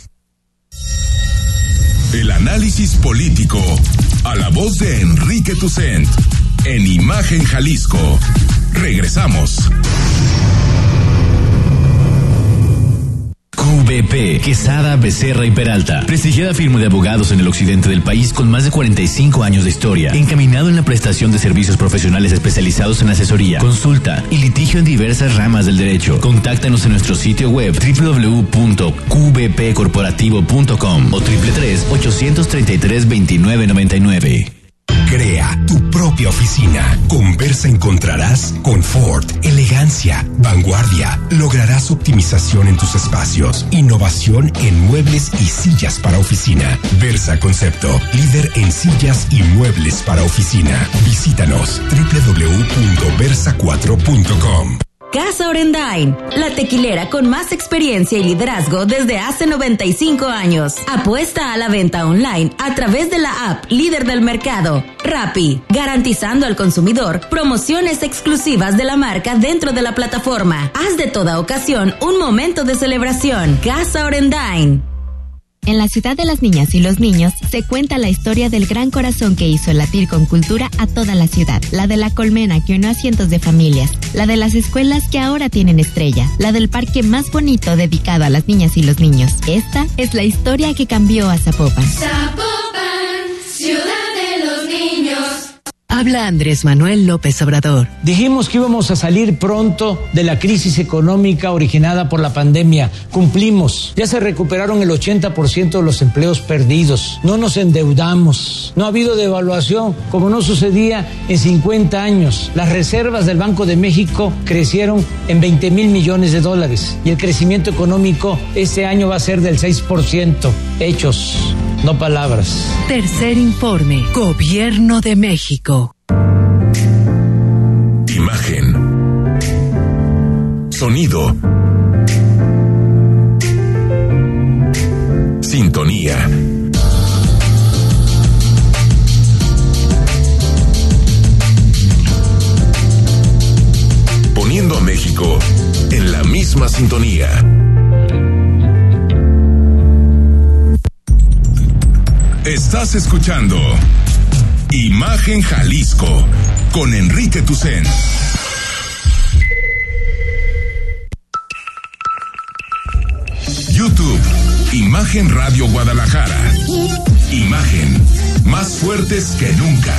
El análisis político a la voz de Enrique Tucent en Imagen Jalisco. Regresamos. Q B P, Quesada, Becerra y Peralta, prestigiada firma de abogados en el occidente del país con más de cuarenta y cinco años de historia, encaminado en la prestación de servicios profesionales especializados en asesoría, consulta y litigio en diversas ramas del derecho. Contáctanos en nuestro sitio web doble u doble u doble u punto q b p corporativo punto com o triple tres, ochocientos treinta y tres, veintinueve noventa y nueve. Crea tu propia oficina. Con Versa encontrarás confort, elegancia, vanguardia. Lograrás optimización en tus espacios, innovación en muebles y sillas para oficina. Versa Concepto, líder en sillas y muebles para oficina. Visítanos doble u doble u doble u punto versa cuatro punto com. Casa Orendain, la tequilera con más experiencia y liderazgo desde hace noventa y cinco años. Apuesta a la venta online a través de la app líder del mercado, Rappi, garantizando al consumidor promociones exclusivas de la marca dentro de la plataforma. Haz de toda ocasión un momento de celebración. Casa Orendain. En la ciudad de las niñas y los niños se cuenta la historia del gran corazón que hizo latir con cultura a toda la ciudad. La de la colmena que unió a cientos de familias. La de las escuelas que ahora tienen estrella. La del parque más bonito dedicado a las niñas y los niños. Esta es la historia que cambió a Zapopan. Zapopan, ciudad de los niños. Habla Andrés Manuel López Obrador. Dijimos que íbamos a salir pronto de la crisis económica originada por la pandemia. Cumplimos. Ya se recuperaron el ochenta por ciento de los empleos perdidos. No nos endeudamos. No ha habido devaluación como no sucedía en cincuenta años. Las reservas del Banco de México crecieron en veinte mil millones de dólares. Y el crecimiento económico este año va a ser del seis por ciento. Hechos, no palabras. Tercer informe. Gobierno de México. Imagen. Sonido. Sintonía. Poniendo a México en la misma sintonía. Estás escuchando Imagen Jalisco con Enrique Tucent. YouTube, Imagen Radio Guadalajara. Imagen, más fuertes que nunca.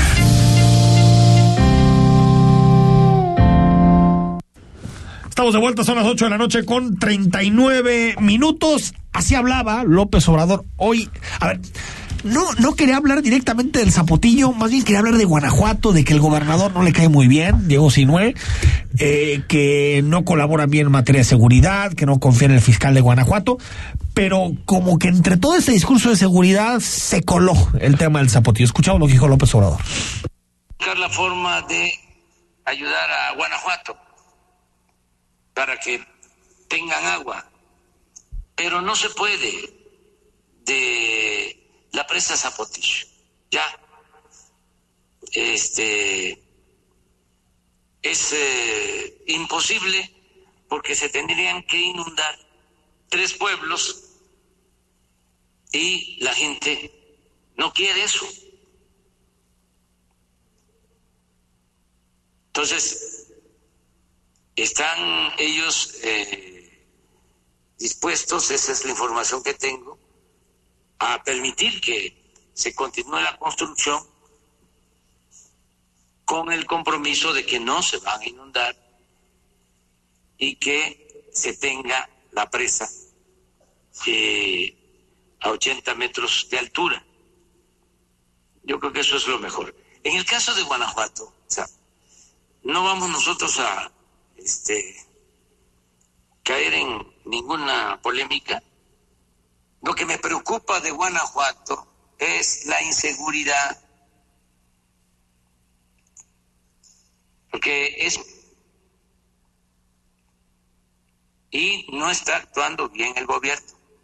Estamos de vuelta, son las ocho de la noche con treinta y nueve minutos. Así hablaba López Obrador hoy. A ver, no, no quería hablar directamente del Zapotillo, más bien quería hablar de Guanajuato, de que el gobernador no le cae muy bien, Diego Sinue, eh, que no colabora bien en materia de seguridad, que no confía en el fiscal de Guanajuato, pero como que entre todo ese discurso de seguridad se coló el tema del Zapotillo. Escuchamos lo que dijo López Obrador. Buscar la forma de ayudar a Guanajuato para que tengan agua, pero no se puede de la presa Zapotillo. Ya, este, es eh, imposible porque se tendrían que inundar tres pueblos y la gente no quiere eso. Entonces, están ellos eh, dispuestos, esa es la información que tengo, a permitir que se continúe la construcción con el compromiso de que no se van a inundar y que se tenga la presa eh, a ochenta metros de altura. Yo creo que eso es lo mejor. En el caso de Guanajuato, o sea, no vamos nosotros a este, caer en ninguna polémica. Lo que me preocupa de Guanajuato es la inseguridad, porque es y no está actuando bien el gobierno.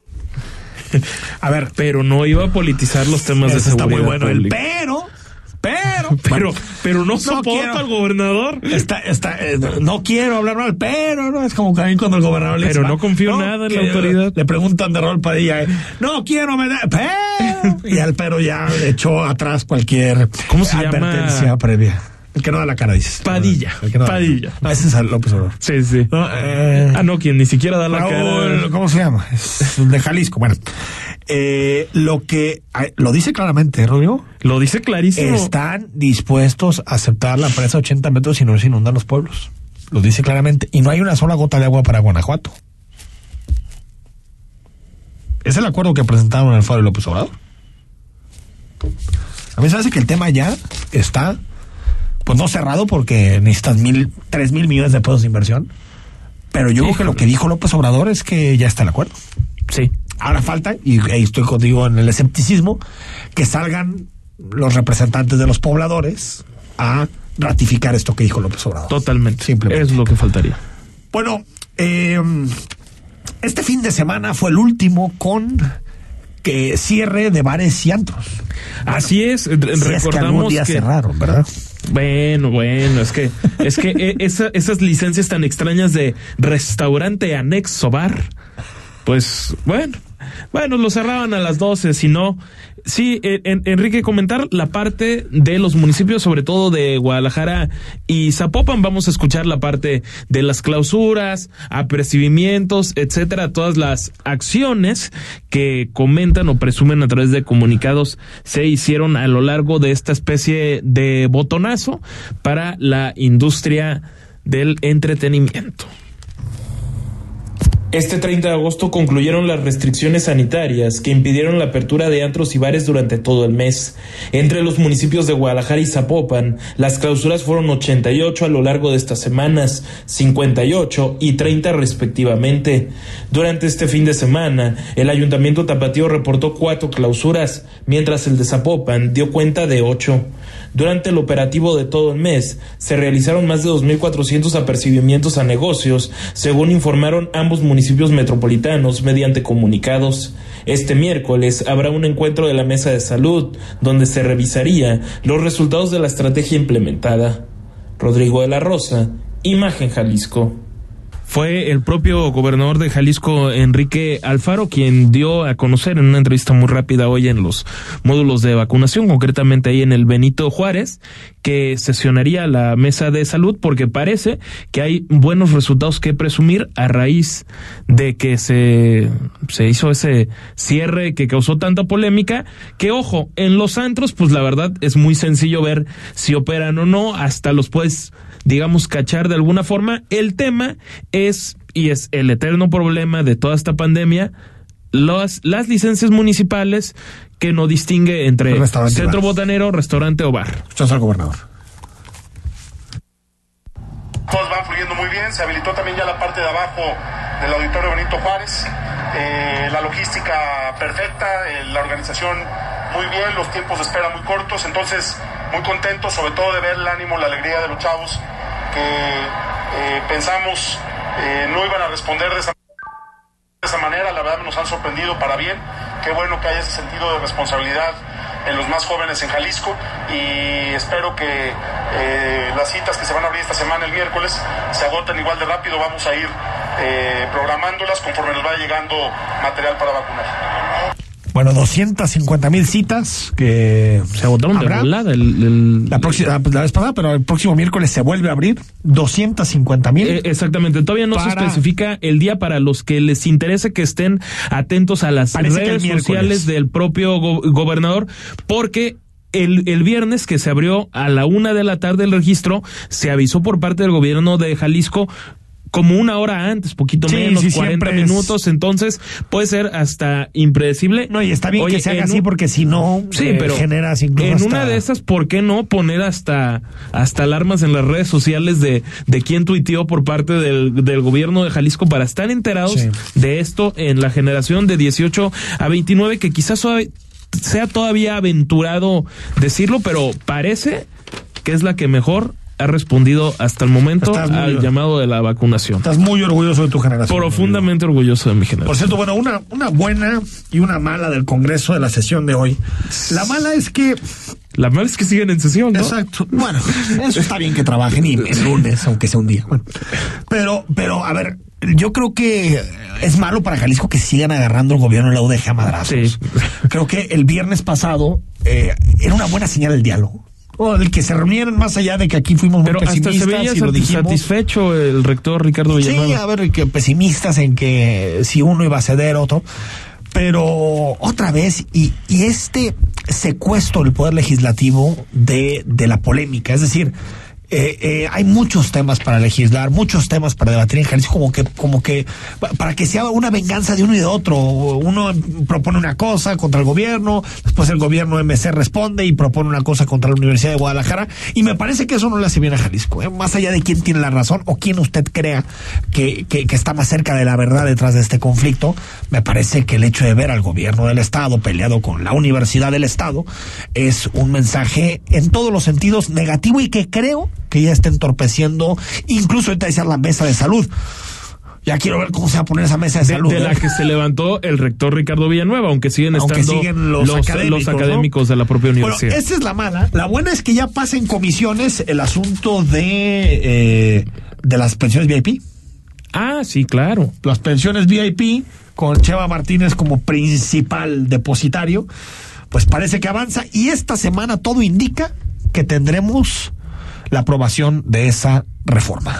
A ver, pero no iba a politizar los temas de seguridad. Está muy bueno el pero, pero, pero, pero no, no soporta al gobernador. Está, está, eh, no quiero hablar mal, pero no es como que a mí cuando el gobernador le dice, pero no confío no, nada en la autoridad. Le preguntan de Raúl Padilla, eh, no quiero, me da, pero, y al pero ya le echó atrás cualquier ¿cómo se advertencia llama? Previa. El que no da la cara, dices. Padilla. El que no Padilla. No, ese es López Obrador. Sí, sí. No, eh, ah, no, quien ni siquiera da la Raúl, cara. ¿Cómo se llama? Es de Jalisco. Bueno, eh, lo que lo dice claramente, Rodrigo. Lo dice clarísimo. Están dispuestos a aceptar la presa a ochenta metros si no se inundan los pueblos. Lo dice claramente. Y no hay una sola gota de agua para Guanajuato. Es el acuerdo que presentaron en el Foro de López Obrador. A mí se hace que el tema ya está, pues no cerrado porque necesitas mil, tres mil millones de pesos de inversión. Pero yo sí, creo que lo que dijo López Obrador es que ya está el acuerdo. Sí. Ahora falta, y ahí estoy contigo en el escepticismo, que salgan los representantes de los pobladores a ratificar esto que dijo López Obrador. Totalmente. Simplemente. Es lo que faltaría. Bueno, eh, este fin de semana fue el último con que cierre de bares y antros. Bueno, así es. Si recordamos es que algún día que cerraron, ¿verdad? Bueno, bueno, es que es que esa, esas licencias tan extrañas de restaurante anexo bar, pues bueno, bueno, lo cerraban a las doce, si no. Sí, en, Enrique, comentar la parte de los municipios, sobre todo de Guadalajara y Zapopan. Vamos a escuchar la parte de las clausuras, apercibimientos, etcétera, todas las acciones que comentan o presumen a través de comunicados se hicieron a lo largo de esta especie de botonazo para la industria del entretenimiento. Este treinta de agosto concluyeron las restricciones sanitarias que impidieron la apertura de antros y bares durante todo el mes. Entre los municipios de Guadalajara y Zapopan, las clausuras fueron ochenta y ocho a lo largo de estas semanas, cincuenta y ocho y treinta respectivamente. Durante este fin de semana, el Ayuntamiento Tapatío reportó cuatro clausuras, mientras el de Zapopan dio cuenta de ocho. Durante el operativo de todo el mes, se realizaron más de dos mil cuatrocientos apercibimientos a negocios, según informaron ambos municipios metropolitanos mediante comunicados. Este miércoles habrá un encuentro de la Mesa de Salud, donde se revisaría los resultados de la estrategia implementada. Rodrigo de la Rosa, Imagen Jalisco. Fue el propio gobernador de Jalisco, Enrique Alfaro, quien dio a conocer en una entrevista muy rápida hoy en los módulos de vacunación, concretamente ahí en el Benito Juárez, que sesionaría la mesa de salud porque parece que hay buenos resultados que presumir a raíz de que se, se hizo ese cierre que causó tanta polémica, que ojo, en los antros pues la verdad es muy sencillo ver si operan o no, hasta los puedes, digamos, cachar de alguna forma. El tema es, y es el eterno problema de toda esta pandemia, las, las licencias municipales que no distingue entre centro bar. botanero, restaurante o bar. Escuchamos al gobernador. Todos van fluyendo muy bien, se habilitó también ya la parte de abajo del Auditorio Benito Juárez, eh, la logística perfecta, eh, la organización muy bien, los tiempos de espera muy cortos, entonces muy contentos sobre todo de ver el ánimo, la alegría de los chavos que eh, pensamos eh, no iban a responder de esa, de esa manera, la verdad nos han sorprendido para bien, qué bueno que haya ese sentido de responsabilidad en los más jóvenes en Jalisco y espero que eh, las citas que se van a abrir esta semana el miércoles se agoten igual de rápido, vamos a ir eh, programándolas conforme nos vaya llegando material para vacunar. Bueno, doscientas cincuenta mil citas que se agotaron de volada el, el, la próxima la vez pasada, pero el próximo miércoles se vuelve a abrir doscientas cincuenta mil. Eh, exactamente, todavía no para... se especifica el día para los que les interese que estén atentos a las Parece redes sociales del propio go- gobernador, porque El, el viernes que se abrió a la una de la tarde el registro, se avisó por parte del gobierno de Jalisco como una hora antes, poquito sí, menos, sí, cuarenta minutos, es... entonces puede ser hasta impredecible. No, y está bien Oye, que se haga así un... porque si no sí, eh, pero generas incluso en hasta... una de esas, ¿por qué no poner hasta hasta alarmas en las redes sociales de, de quién tuiteó por parte del, del gobierno de Jalisco para estar enterados sí. de esto en la generación de dieciocho a veintinueve, que quizás suave, sea todavía aventurado decirlo, pero parece que es la que mejor ha respondido hasta el momento al llamado de la vacunación. Estás muy orgulloso de tu generación. Profundamente orgulloso de mi generación. Por cierto, bueno, una, una buena y una mala del Congreso de la sesión de hoy. La mala es que... La mala es que siguen en sesión, ¿no? Exacto. Bueno, eso está bien que trabajen y el lunes, aunque sea un día. Bueno, pero, pero, a ver, yo creo que es malo para Jalisco que sigan agarrando el gobierno de la U D G a madrazos. Sí. Creo que el viernes pasado eh, era una buena señal el diálogo. O el que se reunieran, más allá de que aquí fuimos muy Pero pesimistas hasta se veía y lo dijimos. Satisfecho el rector Ricardo Villanueva. Sí, a ver, que pesimistas en que si uno iba a ceder otro. Pero otra vez, y, y este secuestro del poder legislativo de, de la polémica, es decir, Eh, eh, hay muchos temas para legislar, muchos temas para debatir en Jalisco, como que, como que para que sea una venganza de uno y de otro. Uno propone una cosa contra el gobierno, después el gobierno M C responde y propone una cosa contra la Universidad de Guadalajara, y me parece que eso no le hace bien a Jalisco, ¿eh? Más allá de quién tiene la razón o quién usted crea que, que, que está más cerca de la verdad detrás de este conflicto, me parece que el hecho de ver al gobierno del Estado peleado con la Universidad del Estado es un mensaje en todos los sentidos negativo, y que creo que ya está entorpeciendo, incluso ahorita decía la mesa de salud. Ya quiero ver cómo se va a poner esa mesa de, de salud. De la ¿eh? que se levantó el rector Ricardo Villanueva, aunque siguen aunque estando siguen los, los académicos, los académicos ¿no? de la propia universidad. Bueno, esa es la mala. La buena es que ya pasa en comisiones el asunto de, eh, de las pensiones V I P. Ah, sí, claro. Las pensiones V I P, con Cheva Martínez como principal depositario, pues parece que avanza, y esta semana todo indica que tendremos la aprobación de esa reforma.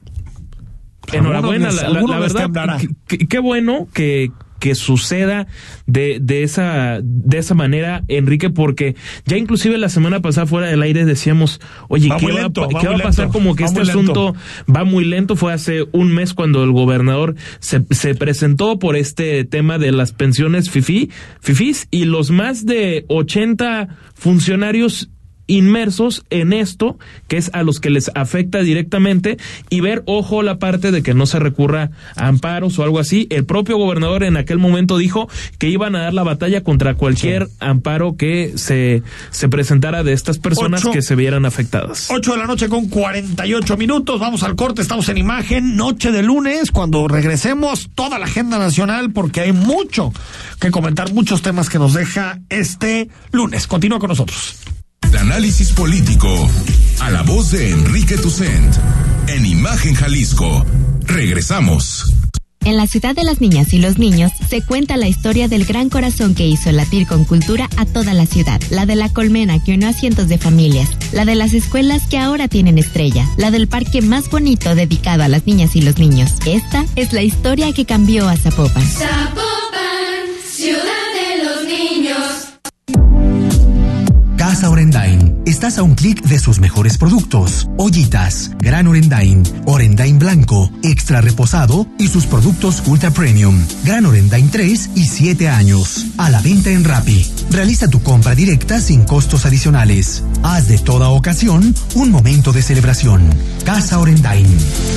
Enhorabuena, la, la, la verdad, qué bueno que que suceda de, de esa de esa manera, Enrique, porque ya inclusive la semana pasada fuera del aire decíamos, oye, va ¿qué, va, lento, ¿qué va, va a pasar? Lento, como que este asunto lento. va muy lento. Fue hace un mes cuando el gobernador se, se presentó por este tema de las pensiones fifí, fifís, y los más de ochenta funcionarios inmersos en esto, que es a los que les afecta directamente, y ver, ojo, la parte de que no se recurra a amparos o algo así. El propio gobernador en aquel momento dijo que iban a dar la batalla contra cualquier sí. amparo que se, se presentara de estas personas ocho, que se vieran afectadas. Ocho de la noche con cuarenta y ocho minutos, vamos al corte, estamos en imagen, noche de lunes, cuando regresemos toda la agenda nacional, porque hay mucho que comentar, muchos temas que nos deja este lunes. Continúa con nosotros. De análisis político a la voz de Enrique Tucent en Imagen Jalisco. Regresamos. En la ciudad de las niñas y los niños se cuenta la historia del gran corazón que hizo latir con cultura a toda la ciudad. La de la colmena que unió a cientos de familias. La de las escuelas que ahora tienen estrella. La del parque más bonito dedicado a las niñas y los niños. Esta es la historia que cambió a Zapopan. Zapopan, ciudad de los niños. Casa Orendain. Estás a un clic de sus mejores productos. Ollitas, Gran Orendain, Orendain Blanco, Extra Reposado y sus productos Ultra Premium. Gran Orendain tres y siete años. A la venta en Rappi. Realiza tu compra directa sin costos adicionales. Haz de toda ocasión un momento de celebración. Casa Orendain.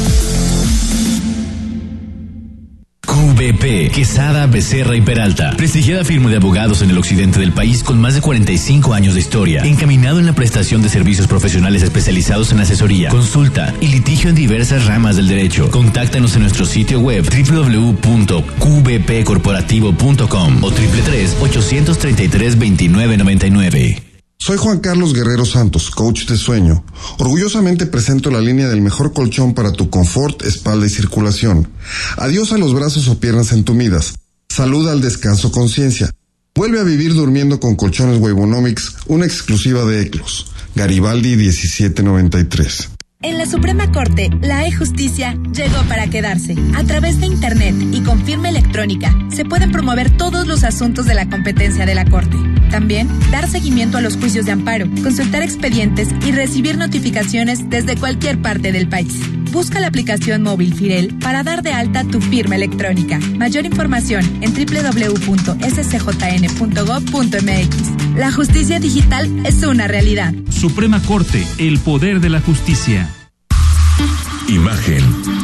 Q V P, Quesada, Becerra y Peralta. Prestigiada firma de abogados en el occidente del país con más de cuarenta y cinco años de historia. Encaminado en la prestación de servicios profesionales especializados en asesoría, consulta y litigio en diversas ramas del derecho. Contáctanos en nuestro sitio web doble u doble u doble u punto q v p corporativo punto com o tres tres tres, ocho tres tres, dos nueve nueve nueve. Soy Juan Carlos Guerrero Santos, coach de sueño. Orgullosamente presento la línea del mejor colchón para tu confort, espalda y circulación. Adiós a los brazos o piernas entumidas. Salud al descanso conciencia. Vuelve a vivir durmiendo con colchones Waveonomics, una exclusiva de Eclos. Garibaldi diecisiete noventa y tres. En la Suprema Corte, la e-Justicia llegó para quedarse. A través de Internet y con firma electrónica, se pueden promover todos los asuntos de la competencia de la Corte. También, dar seguimiento a los juicios de amparo, consultar expedientes y recibir notificaciones desde cualquier parte del país. Busca la aplicación móvil Firel para dar de alta tu firma electrónica. Mayor información en doble u doble u doble u punto s c j n punto gob punto m x. La justicia digital es una realidad. Suprema Corte, el poder de la justicia. Imagen.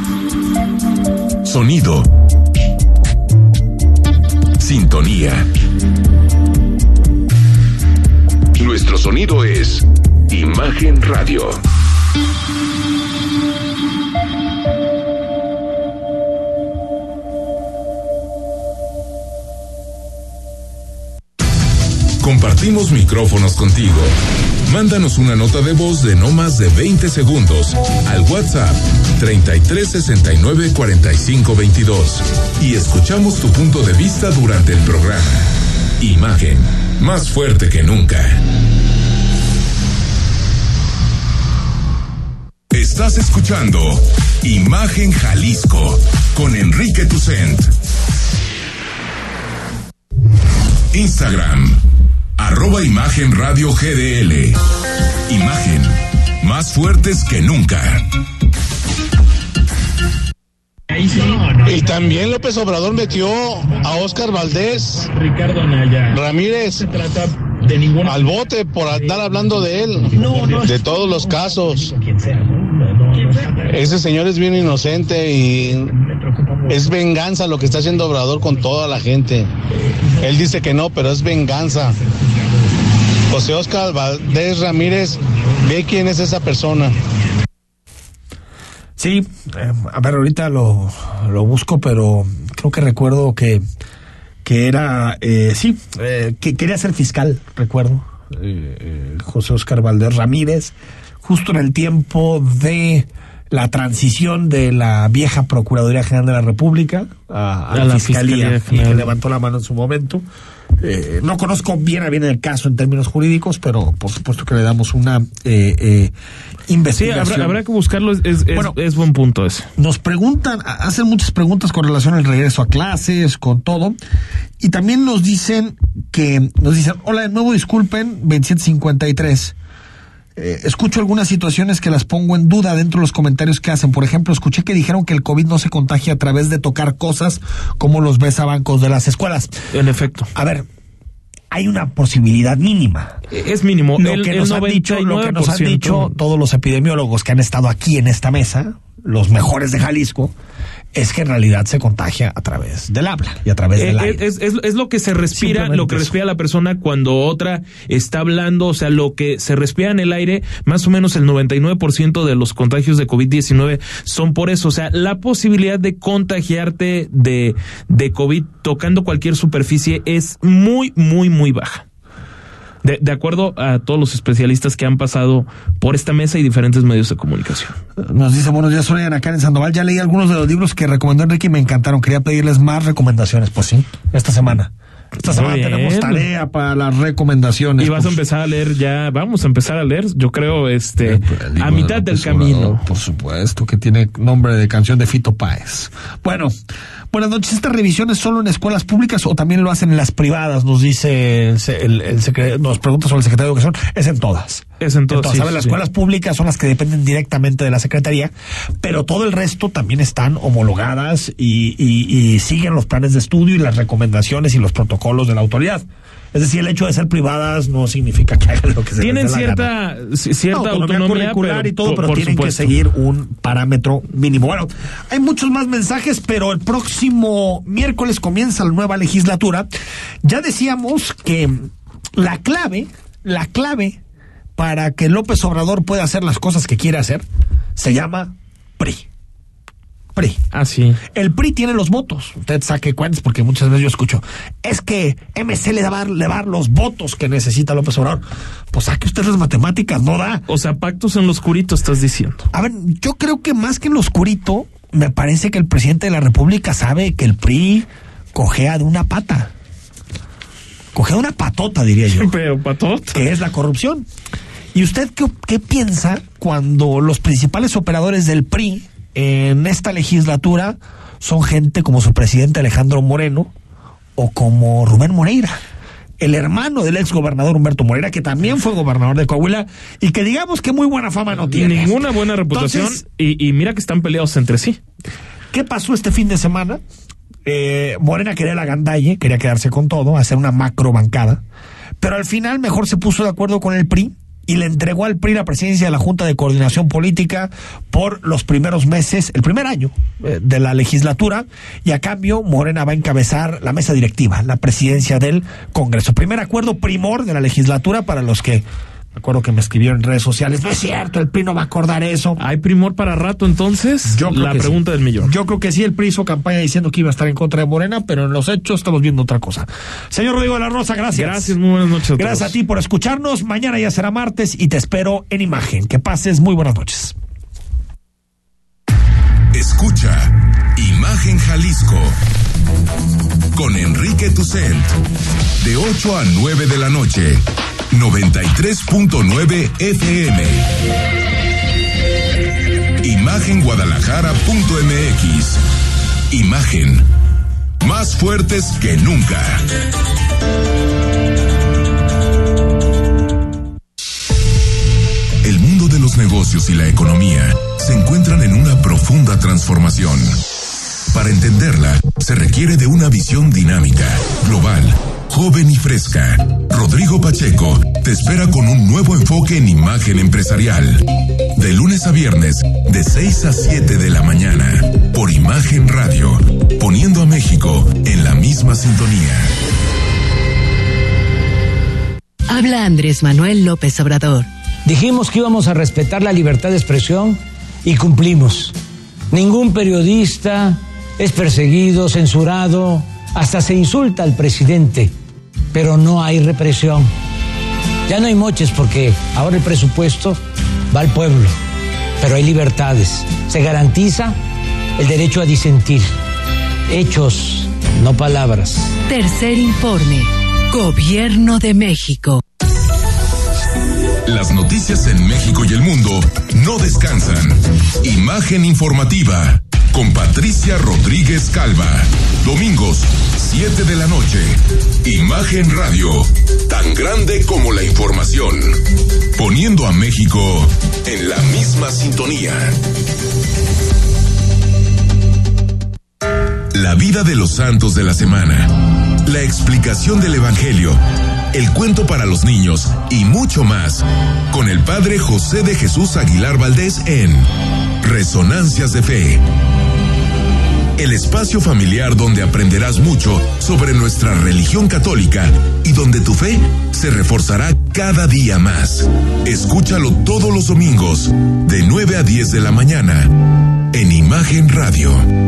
Sonido. Sintonía. Nuestro sonido es Imagen Radio. Compartimos micrófonos contigo. Mándanos una nota de voz de no más de veinte segundos al WhatsApp treinta y tres sesenta y nueve cuarenta y cinco veintidós y escuchamos tu punto de vista durante el programa. Imagen, más fuerte que nunca. Estás escuchando Imagen Jalisco con Enrique Tucent. Instagram, arroba Imagen Radio G D L. Imagen, más fuertes que nunca. Y también López Obrador metió a Óscar Valdés, Ricardo Anaya Ramírez se trata de ningún... al bote por andar hablando de él, no, no, de todos los casos. Quien sea, ¿no? Quien sea. Ese señor es bien inocente y es venganza lo que está haciendo Obrador con toda la gente. Él dice que no, pero es venganza. José Óscar Valdés Ramírez, ve quién es esa persona. Sí, eh, a ver, ahorita lo, lo busco, pero creo que recuerdo que, que era, eh, sí, eh, que quería ser fiscal, recuerdo, eh, eh, José Óscar Valdés Ramírez, justo en el tiempo de la transición de la vieja Procuraduría General de la República a, a, a la, la Fiscalía, Fiscalía y que levantó la mano en su momento. Eh, no conozco bien a bien el caso en términos jurídicos, pero por supuesto que le damos una eh, eh, investigación. Sí, habrá, habrá que buscarlo, es, es, bueno, es buen punto ese. Nos preguntan, hacen muchas preguntas con relación al regreso a clases, con todo, y también nos dicen que, nos dicen, hola, de nuevo disculpen, veintisiete cincuenta y tres. Eh, escucho algunas situaciones que las pongo en duda dentro de los comentarios que hacen. Por ejemplo, escuché que dijeron que el COVID no se contagia a través de tocar cosas como los besabancos de las escuelas. En efecto. A ver, hay una posibilidad mínima. Es mínimo. Lo, el, que, nos el han dicho, lo que nos han dicho todos los epidemiólogos que han estado aquí en esta mesa, los mejores de Jalisco, es que en realidad se contagia a través del habla y a través del eh, aire. Es, es, es lo que se respira, lo que respira la persona cuando otra está hablando, o sea, lo que se respira en el aire, más o menos el noventa y nueve por ciento de los contagios de COVID diecinueve son por eso, o sea, la posibilidad de contagiarte de, de COVID tocando cualquier superficie es muy, muy, muy baja. De, de acuerdo a todos los especialistas que han pasado por esta mesa y diferentes medios de comunicación. Nos dice, buenos días, soy Ana Karen Sandoval. Ya leí algunos de los libros que recomendó Enrique y me encantaron. Quería pedirles más recomendaciones. Pues sí, esta semana. Esta semana Muy bien. tenemos tarea para las recomendaciones. Y vas a empezar a leer ya, vamos a empezar a leer, yo creo, este, a mitad del camino. Por supuesto, que tiene nombre de canción de Fito Páez. Bueno, buenas noches. ¿Estas revisiones solo en escuelas públicas o también lo hacen en las privadas? Nos dice el, el, el secre, nos pregunta sobre el secretario de Educación. Es en todas. Es en todas. Entonces, sí, ¿sabes? sí, Las sí. escuelas públicas son las que dependen directamente de la Secretaría, pero todo el resto también están homologadas y, y, y siguen los planes de estudio y las recomendaciones y los protocolos de la autoridad. Es decir, el hecho de ser privadas no significa que hagan lo que se Tienen les dé la cierta, gana. c- cierta No, autonomía, autonomía curricular pero, y todo, por- pero por tienen supuesto. que seguir un parámetro mínimo. Bueno, hay muchos más mensajes, pero el próximo miércoles comienza la nueva legislatura. Ya decíamos que la clave, la clave para que López Obrador pueda hacer las cosas que quiere hacer se llama P R I. P R I. Ah, sí. El P R I tiene los votos. Usted saque cuentas porque muchas veces yo escucho, es que M C le va a dar, le va a dar los votos que necesita López Obrador. Pues saque usted las matemáticas, no da. O sea, pactos en lo oscurito estás diciendo. A ver, yo creo que más que en lo oscurito, me parece que el presidente de la República sabe que el P R I cojea de una pata. Cojea de una patota, diría yo. Pero patota. Que es la corrupción. ¿Y usted qué, qué piensa cuando los principales operadores del P R I en esta legislatura son gente como su presidente Alejandro Moreno o como Rubén Moreira, el hermano del ex gobernador Humberto Moreira, que también fue gobernador de Coahuila y que digamos que muy buena fama no tiene? Ninguna buena reputación. Entonces, y, y mira que están peleados entre sí. ¿qué pasó este fin de semana? Eh, Morena quería la gandalle, quería quedarse con todo, hacer una macro bancada, pero al final mejor se puso de acuerdo con el P R I y le entregó al P R I la presidencia de la Junta de Coordinación Política por los primeros meses, el primer año eh, de la legislatura, y a cambio Morena va a encabezar la mesa directiva, la presidencia del Congreso. Primer acuerdo primor de la legislatura para los que... Me acuerdo que me escribieron en redes sociales, no es cierto, el P R I no va a acordar eso. ¿Hay primor para rato entonces? Yo creo la que pregunta sí. del millón. Yo creo que sí, el P R I hizo campaña diciendo que iba a estar en contra de Morena, pero en los hechos estamos viendo otra cosa. Señor Rodrigo de la Rosa, gracias. Gracias, muy buenas noches a Gracias todos. a ti por escucharnos. Mañana ya será martes y te espero en Imagen. Que pases muy buenas noches. Escucha Imagen Jalisco con Enrique Tucent de ocho a nueve de la noche, noventa y tres punto nueve F M. Imagen Guadalajara punto M X. Imagen, más fuertes que nunca. El mundo de los negocios y la economía se encuentran en una profunda transformación. Para entenderla, se requiere de una visión dinámica, global, joven y fresca. Rodrigo Pacheco te espera con un nuevo enfoque en imagen empresarial. De lunes a viernes, de seis a siete de la mañana, por Imagen Radio, poniendo a México en la misma sintonía. Habla Andrés Manuel López Obrador. Dijimos que íbamos a respetar la libertad de expresión y cumplimos. Ningún periodista es perseguido, censurado, hasta se insulta al presidente, pero no hay represión. Ya no hay moches porque ahora el presupuesto va al pueblo, pero hay libertades. Se garantiza el derecho a disentir. Hechos, no palabras. Tercer informe. Gobierno de México. Las noticias en México y el mundo no descansan. Imagen informativa con Patricia Rodríguez Calva. Domingos, siete de la noche. Imagen Radio, tan grande como la información. Poniendo a México en la misma sintonía. La vida de los santos de la semana. La explicación del Evangelio. El cuento para los niños y mucho más, con el padre José de Jesús Aguilar Valdés en Resonancias de Fe. El espacio familiar donde aprenderás mucho sobre nuestra religión católica y donde tu fe se reforzará cada día más. Escúchalo todos los domingos, de nueve a diez de la mañana, en Imagen Radio.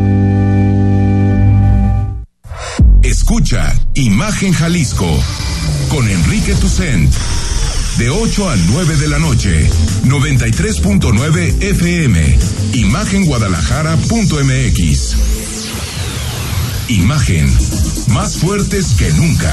Escucha Imagen Jalisco con Enrique Tucent de ocho a nueve de la noche, noventa y tres punto nueve F M, Imagen Guadalajara punto M X. Imagen, más fuertes que nunca.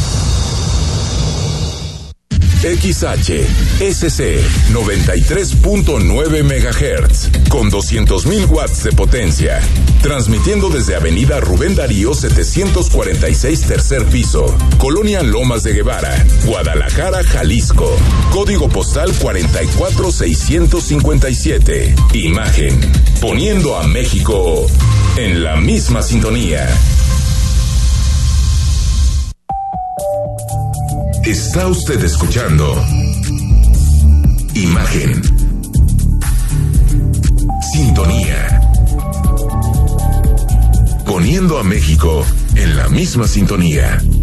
X H S C noventa y tres punto nueve megahertz con doscientos mil watts de potencia, transmitiendo desde Avenida Rubén Darío setecientos cuarenta y seis, tercer piso, Colonia Lomas de Guevara, Guadalajara, Jalisco. Código postal cuarenta y cuatro mil seiscientos cincuenta y siete. Imagen, poniendo a México en la misma sintonía. Está usted escuchando Imagen, Sintonía, poniendo a México en la misma sintonía.